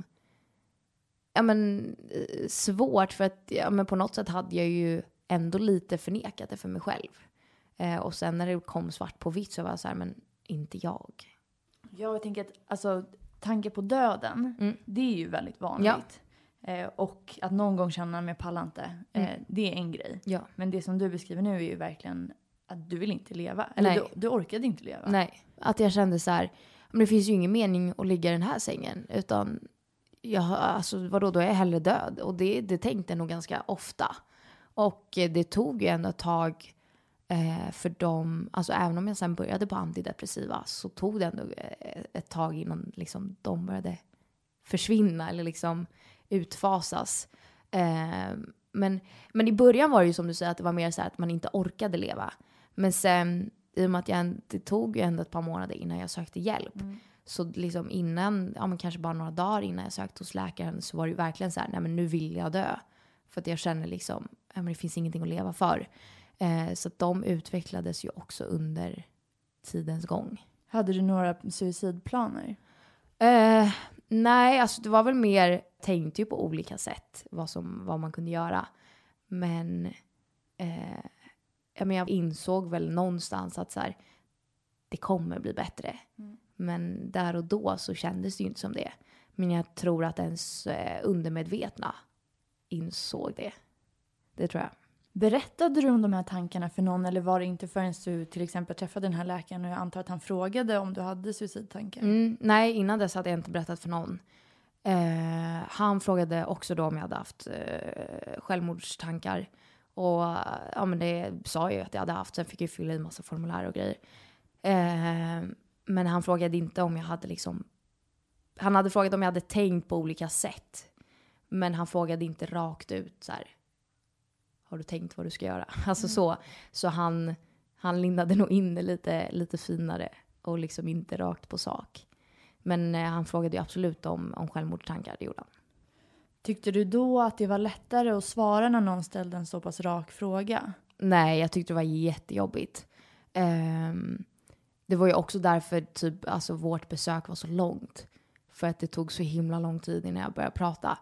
svårt, för att på något sätt hade jag ju ändå lite förnekat det för mig själv. Och sen när det kom svart på vitt så var jag så här, men inte jag.
Ja, jag tänker att alltså, tanke på döden, det är ju väldigt vanligt. Ja. Och att någon gång känna mig pallante, det är en grej. Ja. Men det som du beskriver nu är ju verkligen att du vill inte leva. Eller du orkade inte leva.
Nej, att jag kände så här, men det finns ju ingen mening att ligga i den här sängen. Utan, vadå, då är jag hellre död. Och det tänkte jag nog ganska ofta. Och det tog ju ändå ett tag för dem, alltså även om jag sen började på antidepressiva, så tog det ändå ett tag innan liksom de började försvinna eller liksom utfasas. Men i början var det ju som du säger att det var mer så här att man inte orkade leva. Men sen, i och med att det tog ju ändå ett par månader innan jag sökte hjälp. Så liksom innan, kanske bara några dagar innan jag sökte hos läkaren, så var det ju verkligen så här, nej men nu vill jag dö. För att jag känner liksom, det finns ingenting att leva för. Så att de utvecklades ju också under tidens gång.
Hade du några suicidplaner?
Nej, alltså det var väl mer, tänkte ju på olika sätt vad man kunde göra. Men jag insåg väl någonstans att så här, det kommer bli bättre. Men där och då så kändes det ju inte som det. Men jag tror att ens undermedvetna insåg det. Det tror jag.
Berättade du om de här tankarna för någon, eller var det inte förrän du till exempel träffade den här läkaren och jag antar att han frågade om du hade suicidtankar?
Nej, innan dess hade jag inte berättat för någon. Han frågade också då om jag hade haft självmordstankar. Och det sa jag att jag hade haft. Sen fick jag fylla i massa formulär och grejer. Men han frågade inte om jag hade liksom... Han hade frågat om jag hade tänkt på olika sätt. Men han frågade inte rakt ut så här, har du tänkt vad du ska göra? Alltså så han lindade nog in det lite finare och liksom inte rakt på sak. Men han frågade ju absolut om självmordstankar, det gjorde han.
Tyckte du då att det var lättare att svara när någon ställde en så pass rak fråga?
Nej, jag tyckte det var jättejobbigt. Det var ju också därför vårt besök var så långt. För att det tog så himla lång tid innan jag började prata.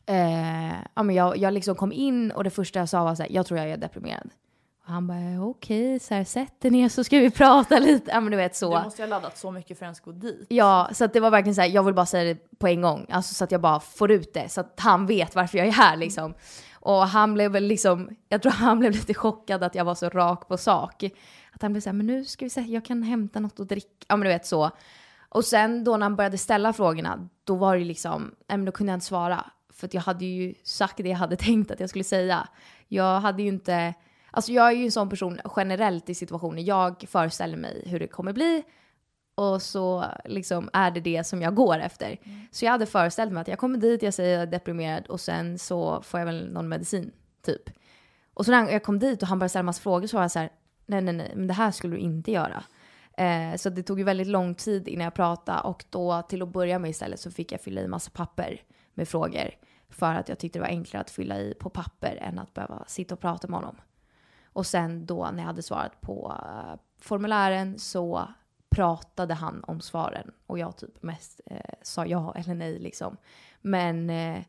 Jag liksom kom in och det första jag sa var så här, jag tror jag är deprimerad. Och han bara, okej, så här, sätt dig ner så ska vi prata lite. Du vet så.
Du måste ju ha laddat så mycket för att ens gå dit.
Ja, så att det var verkligen så här, jag vill bara säga det på en gång. Alltså så att jag bara får ut det. Så att han vet varför jag är här liksom. Och han blev väl liksom, jag tror han blev lite chockad att jag var så rak på sak. Att han blev så här, men nu ska vi se, jag kan hämta något och dricka. Du vet så. Och sen då när han började ställa frågorna, då var det liksom, då kunde jag inte svara. För att jag hade ju sagt det jag hade tänkt att jag skulle säga. Jag hade ju inte... Alltså jag är ju en sån person generellt i situationer. Jag föreställer mig hur det kommer bli. Och så liksom är det som jag går efter. Så jag hade föreställt mig att jag kommer dit, jag säger jag är deprimerad. Och sen så får jag väl någon medicin, typ. Och så när jag kom dit och han började ställa massa frågor så var jag så här, nej, men det här skulle du inte göra. Så det tog ju väldigt lång tid innan jag pratade. Och då till att börja med istället så fick jag fylla i massa papper med frågor. För att jag tyckte det var enklare att fylla i på papper än att behöva sitta och prata med honom. Och sen då när jag hade svarat på formulären så pratade han om svaren. Och jag typ mest sa ja eller nej liksom. Men,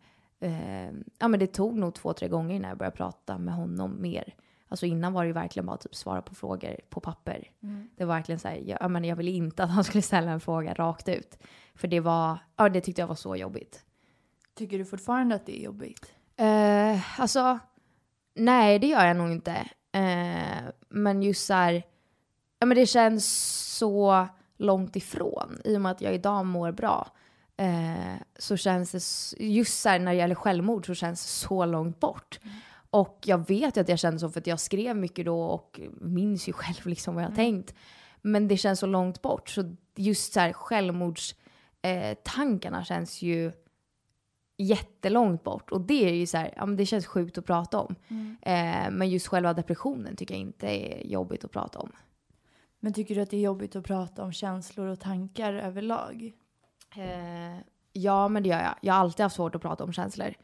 men det tog nog 2-3 gånger när jag började prata med honom mer. Alltså innan var det ju verkligen bara typ svara på frågor på papper. Det var verkligen så här, jag ville inte att han skulle ställa en fråga rakt ut. För det tyckte jag var så jobbigt.
Tycker du fortfarande att det är jobbigt?
Alltså, nej det gör jag nog inte. Men just så här, men det känns så långt ifrån. I och med att jag idag mår bra. Så känns det, just så här, när det gäller självmord så känns det så långt bort. Och jag vet att jag kände så för att jag skrev mycket då och minns ju själv liksom vad jag tänkt. Men det känns så långt bort. Så just så här självmordstankarna känns ju jättelångt bort. Och det är ju så här, det känns sjukt att prata om. Men just själva depressionen tycker jag inte är jobbigt att prata om.
Men tycker du att det är jobbigt att prata om känslor och tankar överlag?
Ja, men det gör jag. Jag har alltid haft svårt att prata om känslor.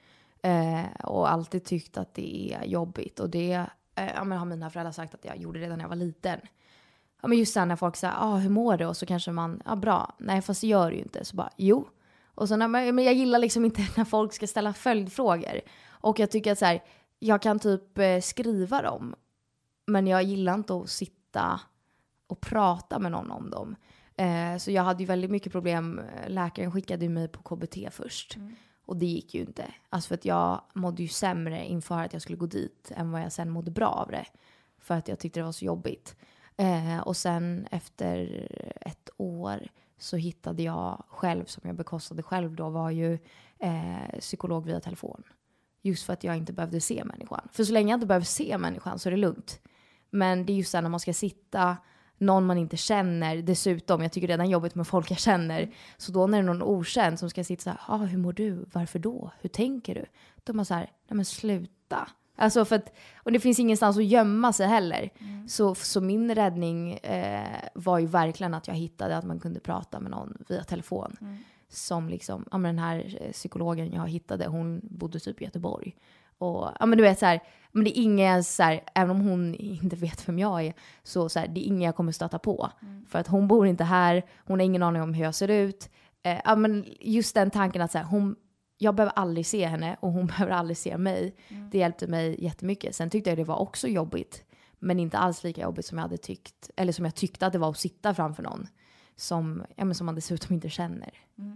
Och alltid tyckt att det är jobbigt. Och det har mina föräldrar sagt att jag gjorde redan när jag var liten. Ja, men just så när folk säger, hur mår du? Och så kanske man, bra. Nej, fast det gör det ju inte. Så bara, jo. Och så men jag gillar liksom inte när folk ska ställa följdfrågor. Och jag tycker att så här, jag kan typ skriva dem. Men jag gillar inte att sitta och prata med någon om dem. Så jag hade ju väldigt mycket problem. Läkaren skickade ju mig på KBT först. Och det gick ju inte. Alltså för att jag mådde ju sämre inför att jag skulle gå dit än vad jag sen mådde bra av det. För att jag tyckte det var så jobbigt. Och sen efter 1 år så hittade jag själv, som jag bekostade själv då, var ju psykolog via telefon. Just för att jag inte behövde se människan. För så länge jag inte behöver se människan så är det lugnt. Men det är just så när man ska sitta någon man inte känner. Dessutom, jag tycker redan jobbigt med folk jag känner. Så då när det är någon okänd som ska sitta så här, hur mår du? Varför då? Hur tänker du? Då är man så här, nej men sluta. Alltså för att, och det finns ingenstans att gömma sig heller. Så min räddning var ju verkligen att jag hittade att man kunde prata med någon via telefon. Som liksom, den här psykologen jag hittade, hon bodde typ i Göteborg. Och men du vet så här, men det är ingen så här, även om hon inte vet vem jag är, så här, det är ingen jag kommer stöta på. För att hon bor inte här, hon har ingen aning om hur jag ser ut. Men just den tanken att så här, jag behöver aldrig se henne och hon behöver aldrig se mig. Det hjälpte mig jättemycket. Sen tyckte jag det var också jobbigt, men inte alls lika jobbigt som jag hade tyckt, eller som jag tyckte att det var att sitta framför någon som man dessutom inte känner.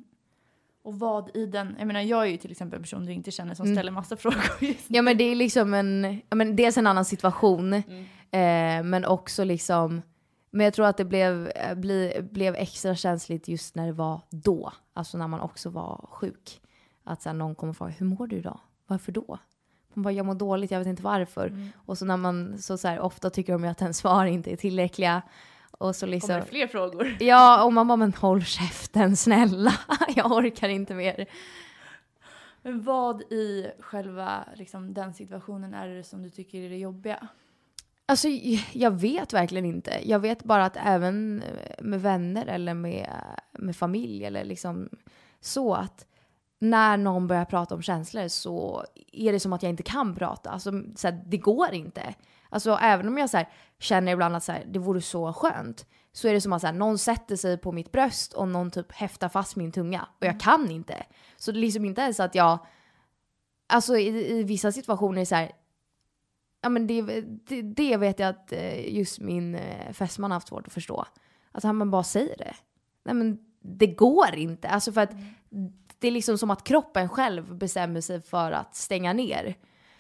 Och vad i den, jag är ju till exempel en person du inte känner som ställer massa frågor just nu.
Ja, men det är liksom dels en annan situation, men också liksom, men jag tror att det blev extra känsligt just när det var då, alltså när man också var sjuk. Att så här, någon kommer och frågar, hur mår du idag? Varför då? Man bara, jag mår dåligt, jag vet inte varför. Och så när man så här, ofta tycker de att ens svar inte är tillräckliga. Och så liksom,
kommer det fler frågor?
Ja, och man bara, men håll käften, snälla. Jag orkar inte mer.
Men vad i själva liksom, den situationen är det som du tycker är det jobbiga?
Alltså, jag vet verkligen inte. Jag vet bara att även med vänner eller med familj eller liksom så att när någon börjar prata om känslor så är det som att jag inte kan prata. Alltså, så här, det går inte. Alltså, även om jag så här, känner ibland att så här, det vore så skönt, så är det som att så här, någon sätter sig på mitt bröst och någon typ häftar fast min tunga. Och jag kan inte. Så det är liksom inte ens att jag... Alltså i vissa situationer är så här... Ja, men det vet jag att just min fästman har haft svårt att förstå. Att han bara säger det. Nej, men det går inte. Alltså för att det är liksom som att kroppen själv bestämmer sig för att stänga ner.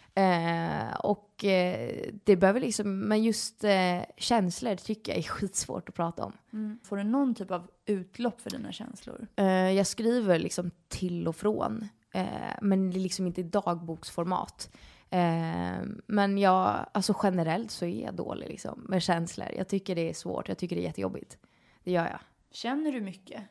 Det behöver liksom, men just känslor tycker jag är skitsvårt att prata om.
Får du någon typ av utlopp för dina känslor?
Jag skriver liksom till och från, men det är liksom inte i dagboksformat. Men alltså generellt så är jag dålig liksom med känslor. Jag tycker det är svårt, jag tycker det är jättejobbigt. Det gör jag.
Känner du mycket?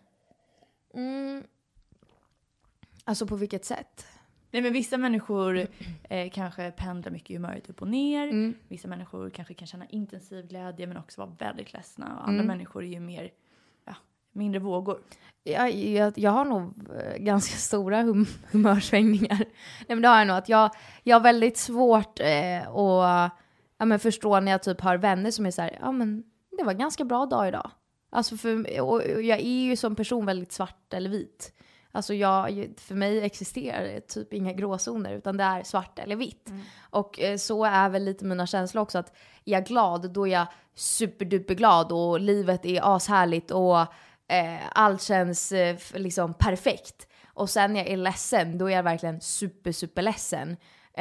Alltså på vilket sätt?
Nej, men vissa människor kanske pendlar mycket i humöret upp och ner. Vissa människor kanske kan känna intensiv glädje men också vara väldigt ledsna. Och andra människor är ju mer, mindre vågor.
Jag har nog ganska stora humörsvängningar. Nej, men det har jag nog. Att jag har väldigt svårt att förstå när jag typ har vänner som är så här, men det var en ganska bra dag idag. Alltså och jag är ju som person väldigt svart eller vit. Alltså för mig existerar det typ inga gråzoner, utan det är svart eller vitt. Och så är väl lite mina känslor också, att är jag glad, då är jag superduperglad och livet är ashärligt och allt känns liksom perfekt. Och sen när jag är ledsen, då är jag verkligen super ledsen.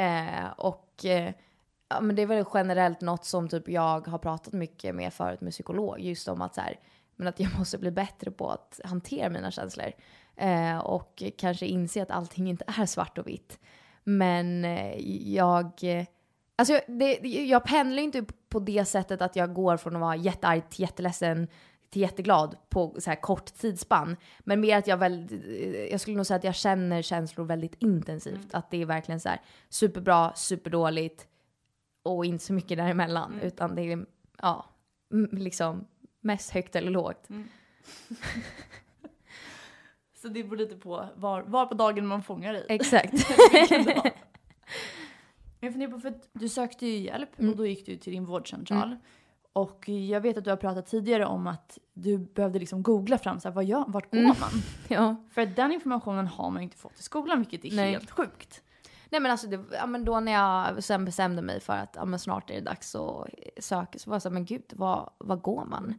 Ja, men det är väl generellt något som typ jag har pratat mycket med förut med psykolog, just om att så här, men att jag måste bli bättre på att hantera mina känslor. Och kanske inse att allting inte är svart och vitt. Men jag pendlar inte på det sättet att jag går från att vara jättearg till jätteledsen till jätteglad på så här kort tidsspann. Men mer att jag skulle nog säga att jag känner känslor väldigt intensivt. Att det är verkligen så här superbra, superdåligt och inte så mycket däremellan. Utan det är liksom mest högt eller lågt.
Så det beror lite på var på dagen man fångar i.
Exakt.
Jag funderar på, för att du sökte ju hjälp och då gick du till din vårdcentral. Och jag vet att du har pratat tidigare om att du behövde liksom googla fram så här, vart går man?
Ja.
För den informationen har man ju inte fått i skolan, vilket är helt sjukt.
Nej, men alltså men då när jag sen bestämde mig för att men snart är det dags att söka, så var jag så här, men gud, vad går man?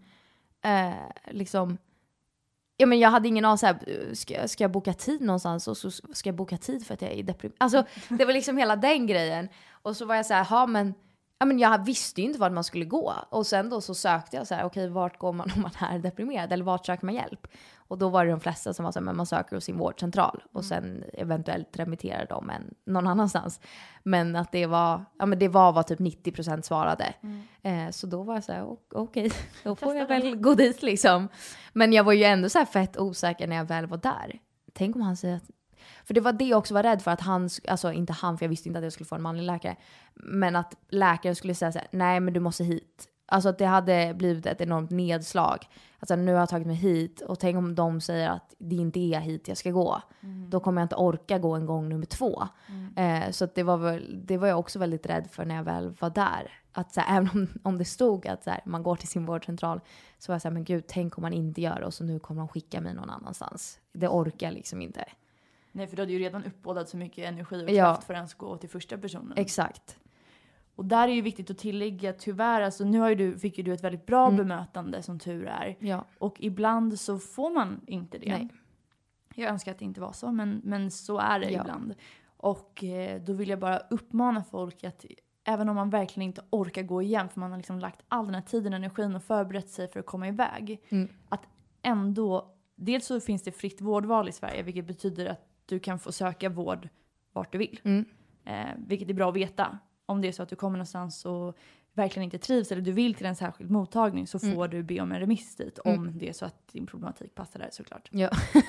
Liksom, ja, men jag hade ingen aning så här, ska jag boka tid någonstans, och så ska jag boka tid för att jag är deprimerad. Alltså det var liksom hela den grejen. Och så var jag så här, men jag visste ju inte vart man skulle gå. Och sen då så sökte jag så här, okej, vart går man om man är deprimerad? Eller vart söker man hjälp? Och då var det de flesta som var så här, men man söker hos sin vårdcentral. Och sen eventuellt remitterar de någon annanstans. Men att det var vad typ 90% svarade. Så då var jag så här, okej, då får jag väl gå dit liksom. Men jag var ju ändå så här fett osäker när jag väl var där. Tänk om han säger att... För det var det jag också var rädd för, att inte han, för jag visste inte att jag skulle få en manlig läkare. Men att läkaren skulle säga så här, nej men du måste hit. Alltså att det hade blivit ett enormt nedslag. Alltså nu har jag tagit mig hit, och tänk om de säger att det inte är hit jag ska gå. Då kommer jag inte orka gå en gång nummer 2. Så att det var jag också väldigt rädd för när jag väl var där. Att så här, även om det stod att så här, man går till sin vårdcentral, så var jag så här, men gud, tänk om man inte gör det, och så nu kommer de skicka mig någon annanstans. Det orkar jag liksom inte.
Nej, för du hade ju redan uppbådat så mycket energi och kraft för att ens gå till första personen.
Exakt.
Och där är ju viktigt att tillägga, tyvärr, alltså nu fick ju du ett väldigt bra bemötande, som tur är.
Ja.
Och ibland så får man inte det.
Nej.
Jag önskar att det inte var så, men så är det ibland. Och då vill jag bara uppmana folk att, även om man verkligen inte orkar gå igen, för man har liksom lagt all den här tiden, energin och förberett sig för att komma iväg. Att ändå, dels så finns det fritt vårdval i Sverige, vilket betyder att du kan få söka vård vart du vill. Vilket är bra att veta. Om det är så att du kommer någonstans och verkligen inte trivs, eller du vill till en särskild mottagning, så får du be om en remiss dit. Om det är så att din problematik passar där, såklart.
Ja.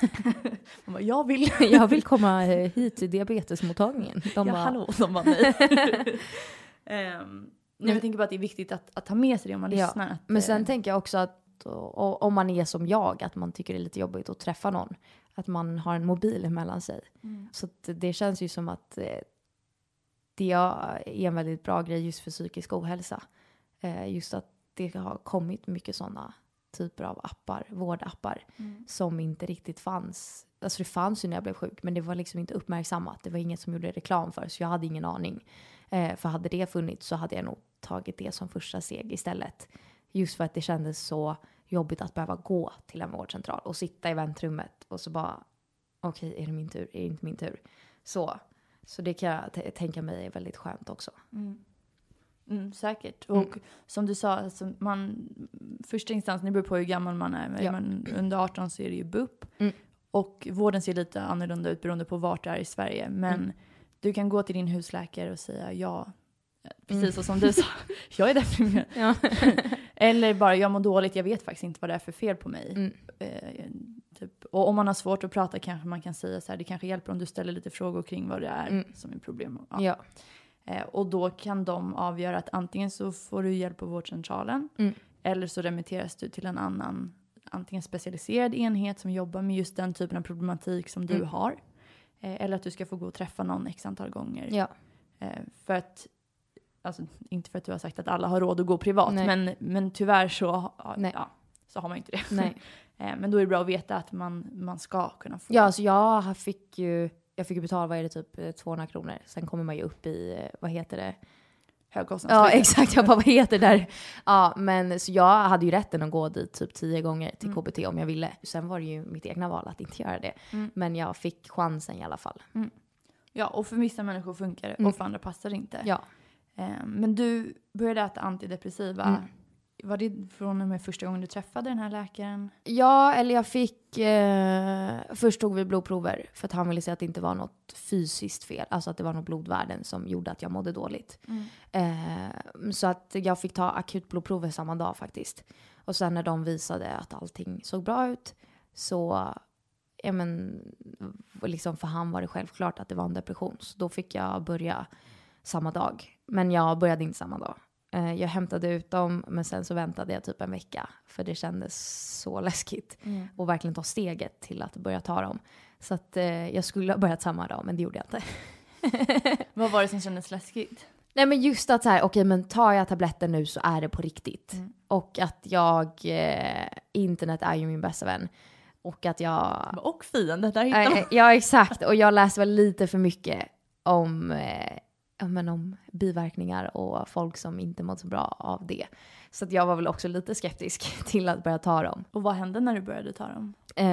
Man bara, jag vill
komma hit till diabetesmottagningen.
Hallå, de bara nej. Jag tänker bara att det är viktigt att ta med sig det om man lyssnar. Att,
men sen tänker jag också att om man är som jag, att man tycker det är lite jobbigt att träffa någon. Att man har en mobil emellan sig. Så att det känns ju som att det är en väldigt bra grej just för psykisk ohälsa. Just att det har kommit mycket sådana typer av appar, vårdappar, som inte riktigt fanns. Alltså det fanns ju när jag blev sjuk, men det var liksom inte uppmärksammat. Det var inget som gjorde reklam för, så jag hade ingen aning. För hade det funnits så hade jag nog tagit det som första steg istället. Just för att det kändes så jobbigt att behöva gå till en vårdcentral och sitta i väntrummet och så bara, okej, är det min tur? Är det inte min tur? Så det kan jag tänka mig är väldigt skönt också.
Säkert. Och som du sa, alltså första instansen, det beror på hur gammal man är. Ja. Men under 18 så är det ju BUP. Och vården ser lite annorlunda ut beroende på vart det är i Sverige. Men du kan gå till din husläkare och säga precis så som du sa, jag är deprimerad. Ja. Eller bara, jag mår dåligt, jag vet faktiskt inte vad det är för fel på mig. Typ. Och om man har svårt att prata kanske man kan säga så här, det kanske hjälper om du ställer lite frågor kring vad det är som är problem. Ja. Och då kan de avgöra att antingen så får du hjälp på vårdcentralen eller så remitteras du till en annan, antingen specialiserad enhet som jobbar med just den typen av problematik som du har. Eller att du ska få gå och träffa någon x antal gånger. Ja. För att, alltså inte för att du har sagt att alla har råd att gå privat, men tyvärr så så har man inte det.
Nej.
Men då är det bra att veta att man ska kunna få.
Ja, alltså jag fick ju betala, vad är det, typ 200 kronor. Sen kommer man ju upp i, vad heter det?
Högkostnadsskyddet.
Ja, exakt. Jag bara, vad heter det där? Ja, men så jag hade ju rätten att gå dit typ 10 gånger till KBT om jag ville. Sen var det ju mitt egna val att inte göra det. Men jag fick chansen i alla fall.
Ja, och för vissa människor funkar det och för andra passar det inte.
Ja.
Men du började äta antidepressiva. Var det från och med första gången du träffade den här läkaren?
Ja, eller jag fick... först tog vi blodprover för att han ville säga att det inte var något fysiskt fel. Alltså att det var något blodvärden som gjorde att jag mådde dåligt. Så att jag fick ta akut blodprover samma dag faktiskt. Och sen när de visade att allting såg bra ut så... Ja, men, liksom för han var det självklart att det var en depression. Så då fick jag börja samma dag. Men jag började inte samma dag. Jag hämtade ut dem, men sen så väntade jag typ en vecka. För det kändes så läskigt. Och verkligen ta steget till att börja ta dem. Så att jag skulle ha börjat samma dag, men det gjorde jag inte.
Vad var det som kändes läskigt?
Nej, men just att så här, okej, men tar jag tabletten nu så är det på riktigt. Och att internet är ju min bästa vän. Och att jag...
Och fienden, där hittar man.
Ja, exakt. Och jag läste väl lite för mycket om biverkningar och folk som inte mått så bra av det. Så att jag var väl också lite skeptisk till att börja ta dem.
Och vad hände när du började ta dem?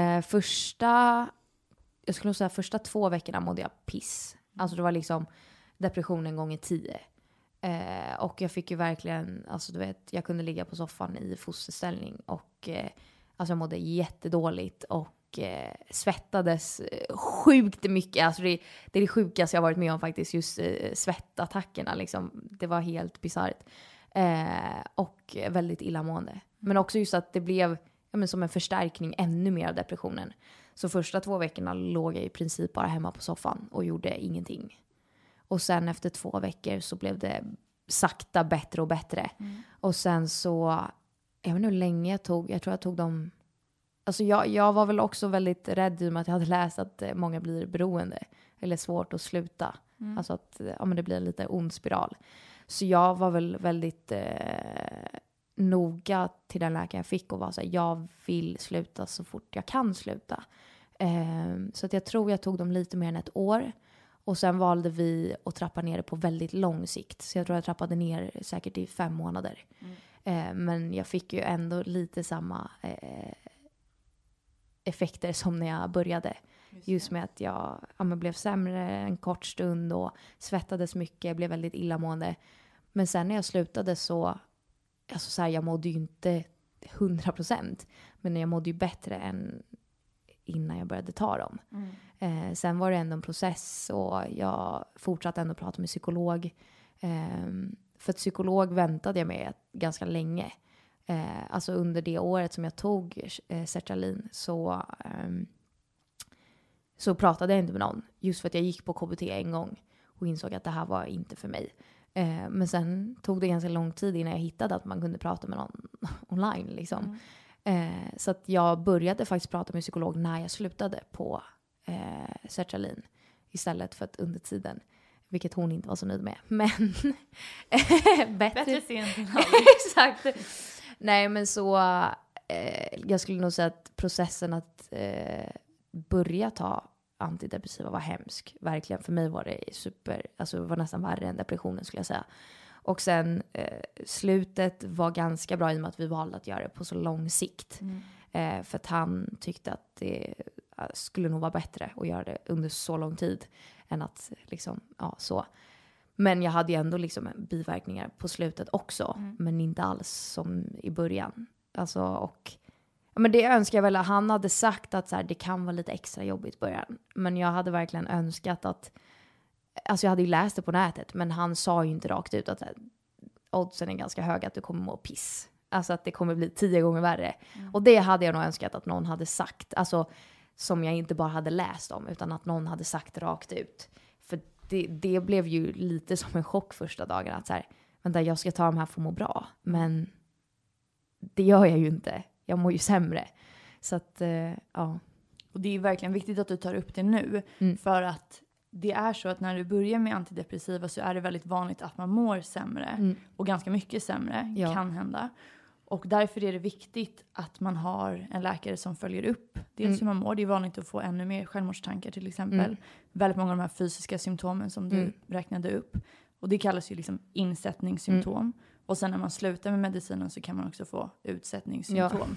Jag skulle nog säga första 2 veckorna mådde jag piss. Alltså det var liksom depressionen gånger 10. Och jag fick ju verkligen, alltså du vet, jag kunde ligga på soffan i fosterställning och alltså jag mådde jättedåligt och svettades sjukt mycket. Alltså det är det sjukaste jag varit med om faktiskt, just svettattackerna liksom. Det var helt bisarrt. Och väldigt illamående. Men också just att det blev som en förstärkning ännu mer av depressionen. Så första 2 veckorna låg jag i princip bara hemma på soffan och gjorde ingenting. Och sen efter 2 veckor så blev det sakta bättre och bättre. Och sen så, jag vet inte hur länge jag tror jag tog dem. Alltså jag var väl också väldigt rädd i och med att jag hade läst att många blir beroende. Eller svårt att sluta. Alltså att det blir en lite ond spiral. Så jag var väl väldigt noga till den läkaren jag fick och var så här, jag vill sluta så fort jag kan sluta. Så att jag tror jag tog dem lite mer än 1 år. Och sen valde vi att trappa ner det på väldigt lång sikt. Så jag tror jag trappade ner säkert i 5 månader. Men jag fick ju ändå lite samma effekter som när jag började. Just med att jag blev sämre en kort stund och svettades mycket, blev väldigt illamående. Men sen när jag slutade så jag mådde ju inte 100%. Men jag mådde ju bättre än innan jag började ta dem. Sen var det ändå en process och jag fortsatte ändå prata med psykolog. För att psykolog väntade jag med ganska länge. Alltså under det året som jag tog sertralin så pratade jag inte med någon. Just för att jag gick på KBT en gång och insåg att det här var inte för mig. Men sen tog det ganska lång tid innan jag hittade att man kunde prata med någon online. Liksom. Så att jag började faktiskt prata med psykolog när jag slutade på sertralin. Istället för att under tiden. Vilket hon inte var så nöjd med. Men
Bättre sent än aldrig.
Exakt. Nej, men så jag skulle nog säga att processen att börja ta antidepressiva var hemsk. Verkligen, för mig var det det var nästan värre än depressionen skulle jag säga. Och sen slutet var ganska bra i och med att vi valde att göra det på så lång sikt. För att han tyckte att det skulle nog vara bättre att göra det under så lång tid än att så. Men jag hade ju ändå biverkningar på slutet också. Men inte alls som i början. Alltså, men det önskar jag väl att han hade sagt att det kan vara lite extra jobbigt i början. Men jag hade verkligen önskat att... Alltså jag hade ju läst det på nätet. Men han sa ju inte rakt ut att oddsen är ganska höga att du kommer må piss. Alltså att det kommer bli 10 gånger värre. Och det hade jag nog önskat att någon hade sagt. Alltså som jag inte bara hade läst om. Utan att någon hade sagt rakt ut. För det blev ju lite som en chock första dagen. Att vänta, jag ska ta de här för att må bra. Men det gör jag ju inte. Jag mår ju sämre. Så att, ja.
Och det är verkligen viktigt att du tar upp det nu. För att det är så att när du börjar med antidepressiva så är det väldigt vanligt att man mår sämre. Och ganska mycket sämre kan hända. Och därför är det viktigt att man har en läkare som följer upp dels hur man mår. Det är vanligt att få ännu mer självmordstankar till exempel. Väldigt många av de här fysiska symptomen som du räknade upp. Och det kallas ju liksom insättningssymptom. Och sen när man slutar med medicinen så kan man också få utsättningssymptom.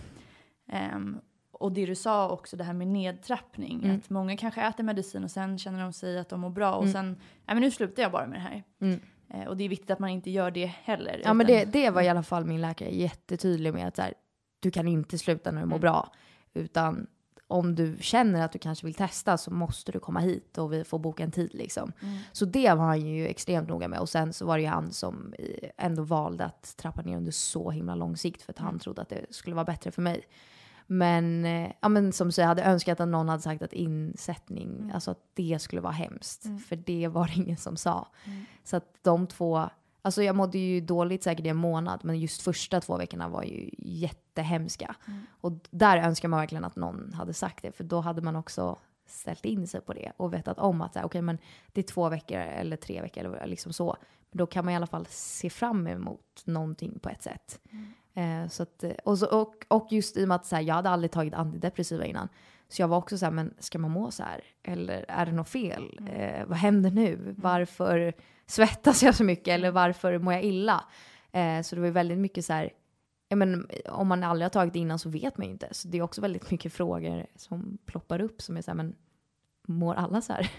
Och det du sa också, det här med nedtrappning. Att många kanske äter medicin och sen känner de sig att de mår bra. Och sen, men nu slutar jag bara med det här. Och det är viktigt att man inte gör det heller.
Ja, men det var i alla fall min läkare jättetydlig med. Att så här, du kan inte sluta när du mår bra. Utan om du känner att du kanske vill testa så måste du komma hit och vi får boka en tid liksom. Så det var han ju extremt noga med. Och sen så var det ju han som ändå valde att trappa ner under så himla lång sikt. För att han trodde att det skulle vara bättre för mig. Men, som så jag hade önskat att någon hade sagt att insättning, alltså att det skulle vara hemskt. För det var det ingen som sa. Så att de 2, alltså jag mådde ju dåligt säkert i en månad. Men just första 2 veckorna var ju jättehemska. Och där önskar man verkligen att någon hade sagt det. För då hade man också ställt in sig på det. Och vetat om att okej, men det är 2 veckor eller 3 veckor eller liksom så. Men då kan man i alla fall se fram emot någonting på ett sätt. Så att, och just i och med att så här, jag hade aldrig tagit antidepressiva innan. Så jag var också så här, men ska man må så här? Eller är det något fel? Vad händer nu? Varför svettas jag så mycket? Eller varför mår jag illa? Så det var ju väldigt mycket så här, men om man aldrig har tagit det innan så vet man ju inte. Så det är också väldigt mycket frågor som ploppar upp som är så här, men mår alla så här?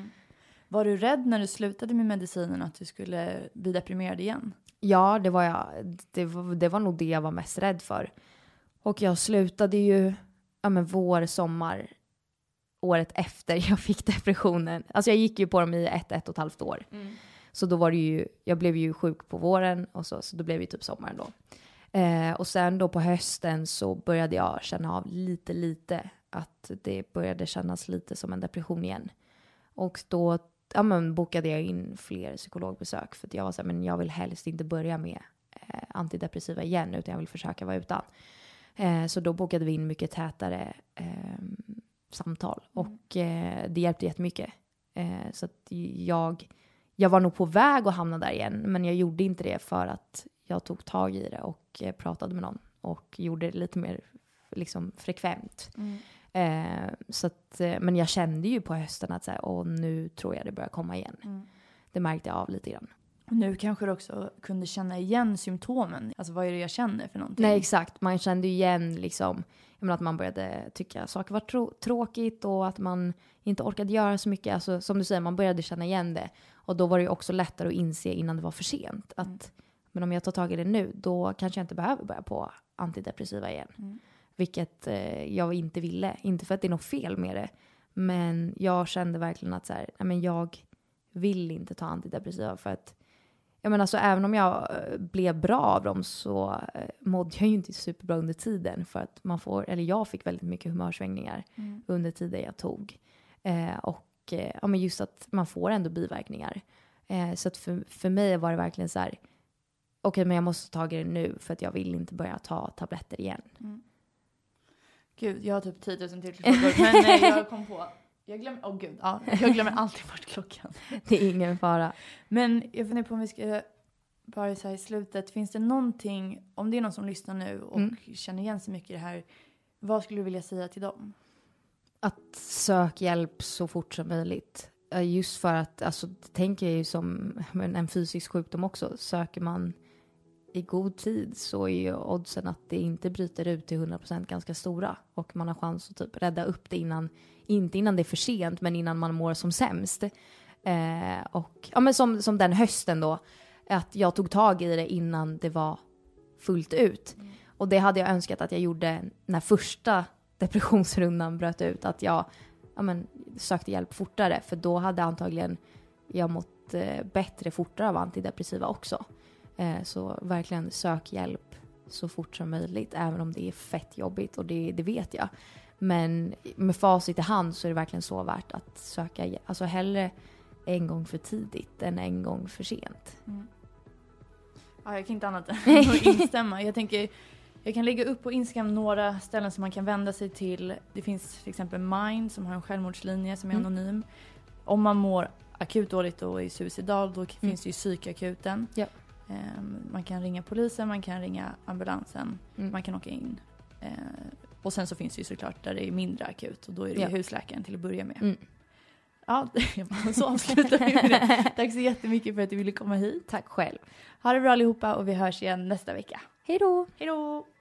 Var du rädd när du slutade med medicinen att du skulle bli deprimerad igen?
Ja, det var jag. Det var nog det jag var mest rädd för. Och jag slutade ju vår, sommar, året efter jag fick depressionen. Alltså jag gick ju på dem i 1,5 år. Så då var det ju, jag blev ju sjuk på våren och så då blev det typ sommaren då. Och sen då på hösten så började jag känna av lite att det började kännas lite som en depression igen. Och då bokade jag in fler psykologbesök för att jag var så här, men jag vill helst inte börja med antidepressiva igen utan jag vill försöka vara utan. Så då bokade vi in mycket tätare samtal och det hjälpte jättemycket. Så att jag var nog på väg att hamna där igen, men jag gjorde inte det för att jag tog tag i det och pratade med någon och gjorde det lite mer liksom frekvent. Så att, men jag kände ju på hösten att så här, nu tror jag det börjar komma igen. Det märkte jag av lite grann.
Och nu kanske du också kunde känna igen symptomen. Alltså vad är det jag känner för någonting?
Nej, exakt. Man kände ju igen liksom, att man började tycka saker var tråkigt och att man inte orkade göra så mycket. Alltså, som du säger, man började känna igen det. Och då var det ju också lättare att inse innan det var för sent. Att, men om jag tar tag i det nu, då kanske jag inte behöver börja på antidepressiva igen. Vilket jag inte ville. Inte för att det är något fel med det. Men jag kände verkligen att så här, jag vill inte ta antidepressiva. För att alltså, även om jag blev bra av dem så mådde jag ju inte superbra under tiden. För att jag fick väldigt mycket humörsvängningar under tiden jag tog. Men just att man får ändå biverkningar. Så att för mig var det verkligen så här, okej, men jag måste ta det nu för att jag vill inte börja ta tabletter igen.
Gud, jag har typ 10 000 till frågor, men jag kom på. Jag glömmer alltid bort klockan.
Det är ingen fara.
Men jag funderar på om vi ska bara så här i slutet. Finns det någonting, om det är någon som lyssnar nu och känner igen sig mycket i det här. Vad skulle du vilja säga till dem?
Att sök hjälp så fort som möjligt. Just för att, alltså, tänker jag ju som en fysisk sjukdom också. Söker man i god tid så är ju oddsen att det inte bryter ut till 100% ganska stora. Och man har chans att typ rädda upp det inte innan det är för sent, men innan man mår som sämst. Men som den hösten då, att jag tog tag i det innan det var fullt ut. Och det hade jag önskat att jag gjorde när första depressionsrundan bröt ut. Att jag sökte hjälp fortare, för då hade antagligen jag mått bättre fortare av antidepressiva också. Så verkligen sök hjälp så fort som möjligt, även om det är fett jobbigt och det vet jag. Men med facit i hand så är det verkligen så värt att söka hjälp. Alltså hellre en gång för tidigt än en gång för sent.
Ja, jag kan inte annat än att instämma. Jag tänker, jag kan lägga upp på Instagram några ställen som man kan vända sig till. Det finns till exempel Mind som har en självmordslinje som är anonym. Om man mår akut dåligt och är suicidal, då finns det ju psykakuten.
Ja.
Man kan ringa polisen, man kan ringa ambulansen, man kan åka in. Och sen så finns det ju såklart där det är mindre akut och då är det ju husläkaren till att börja med. Ja, så avslutar vi med det. Tack så jättemycket för att du ville komma hit.
Tack själv.
Ha det bra allihopa och vi hörs igen nästa vecka.
Hej då!
Hej då!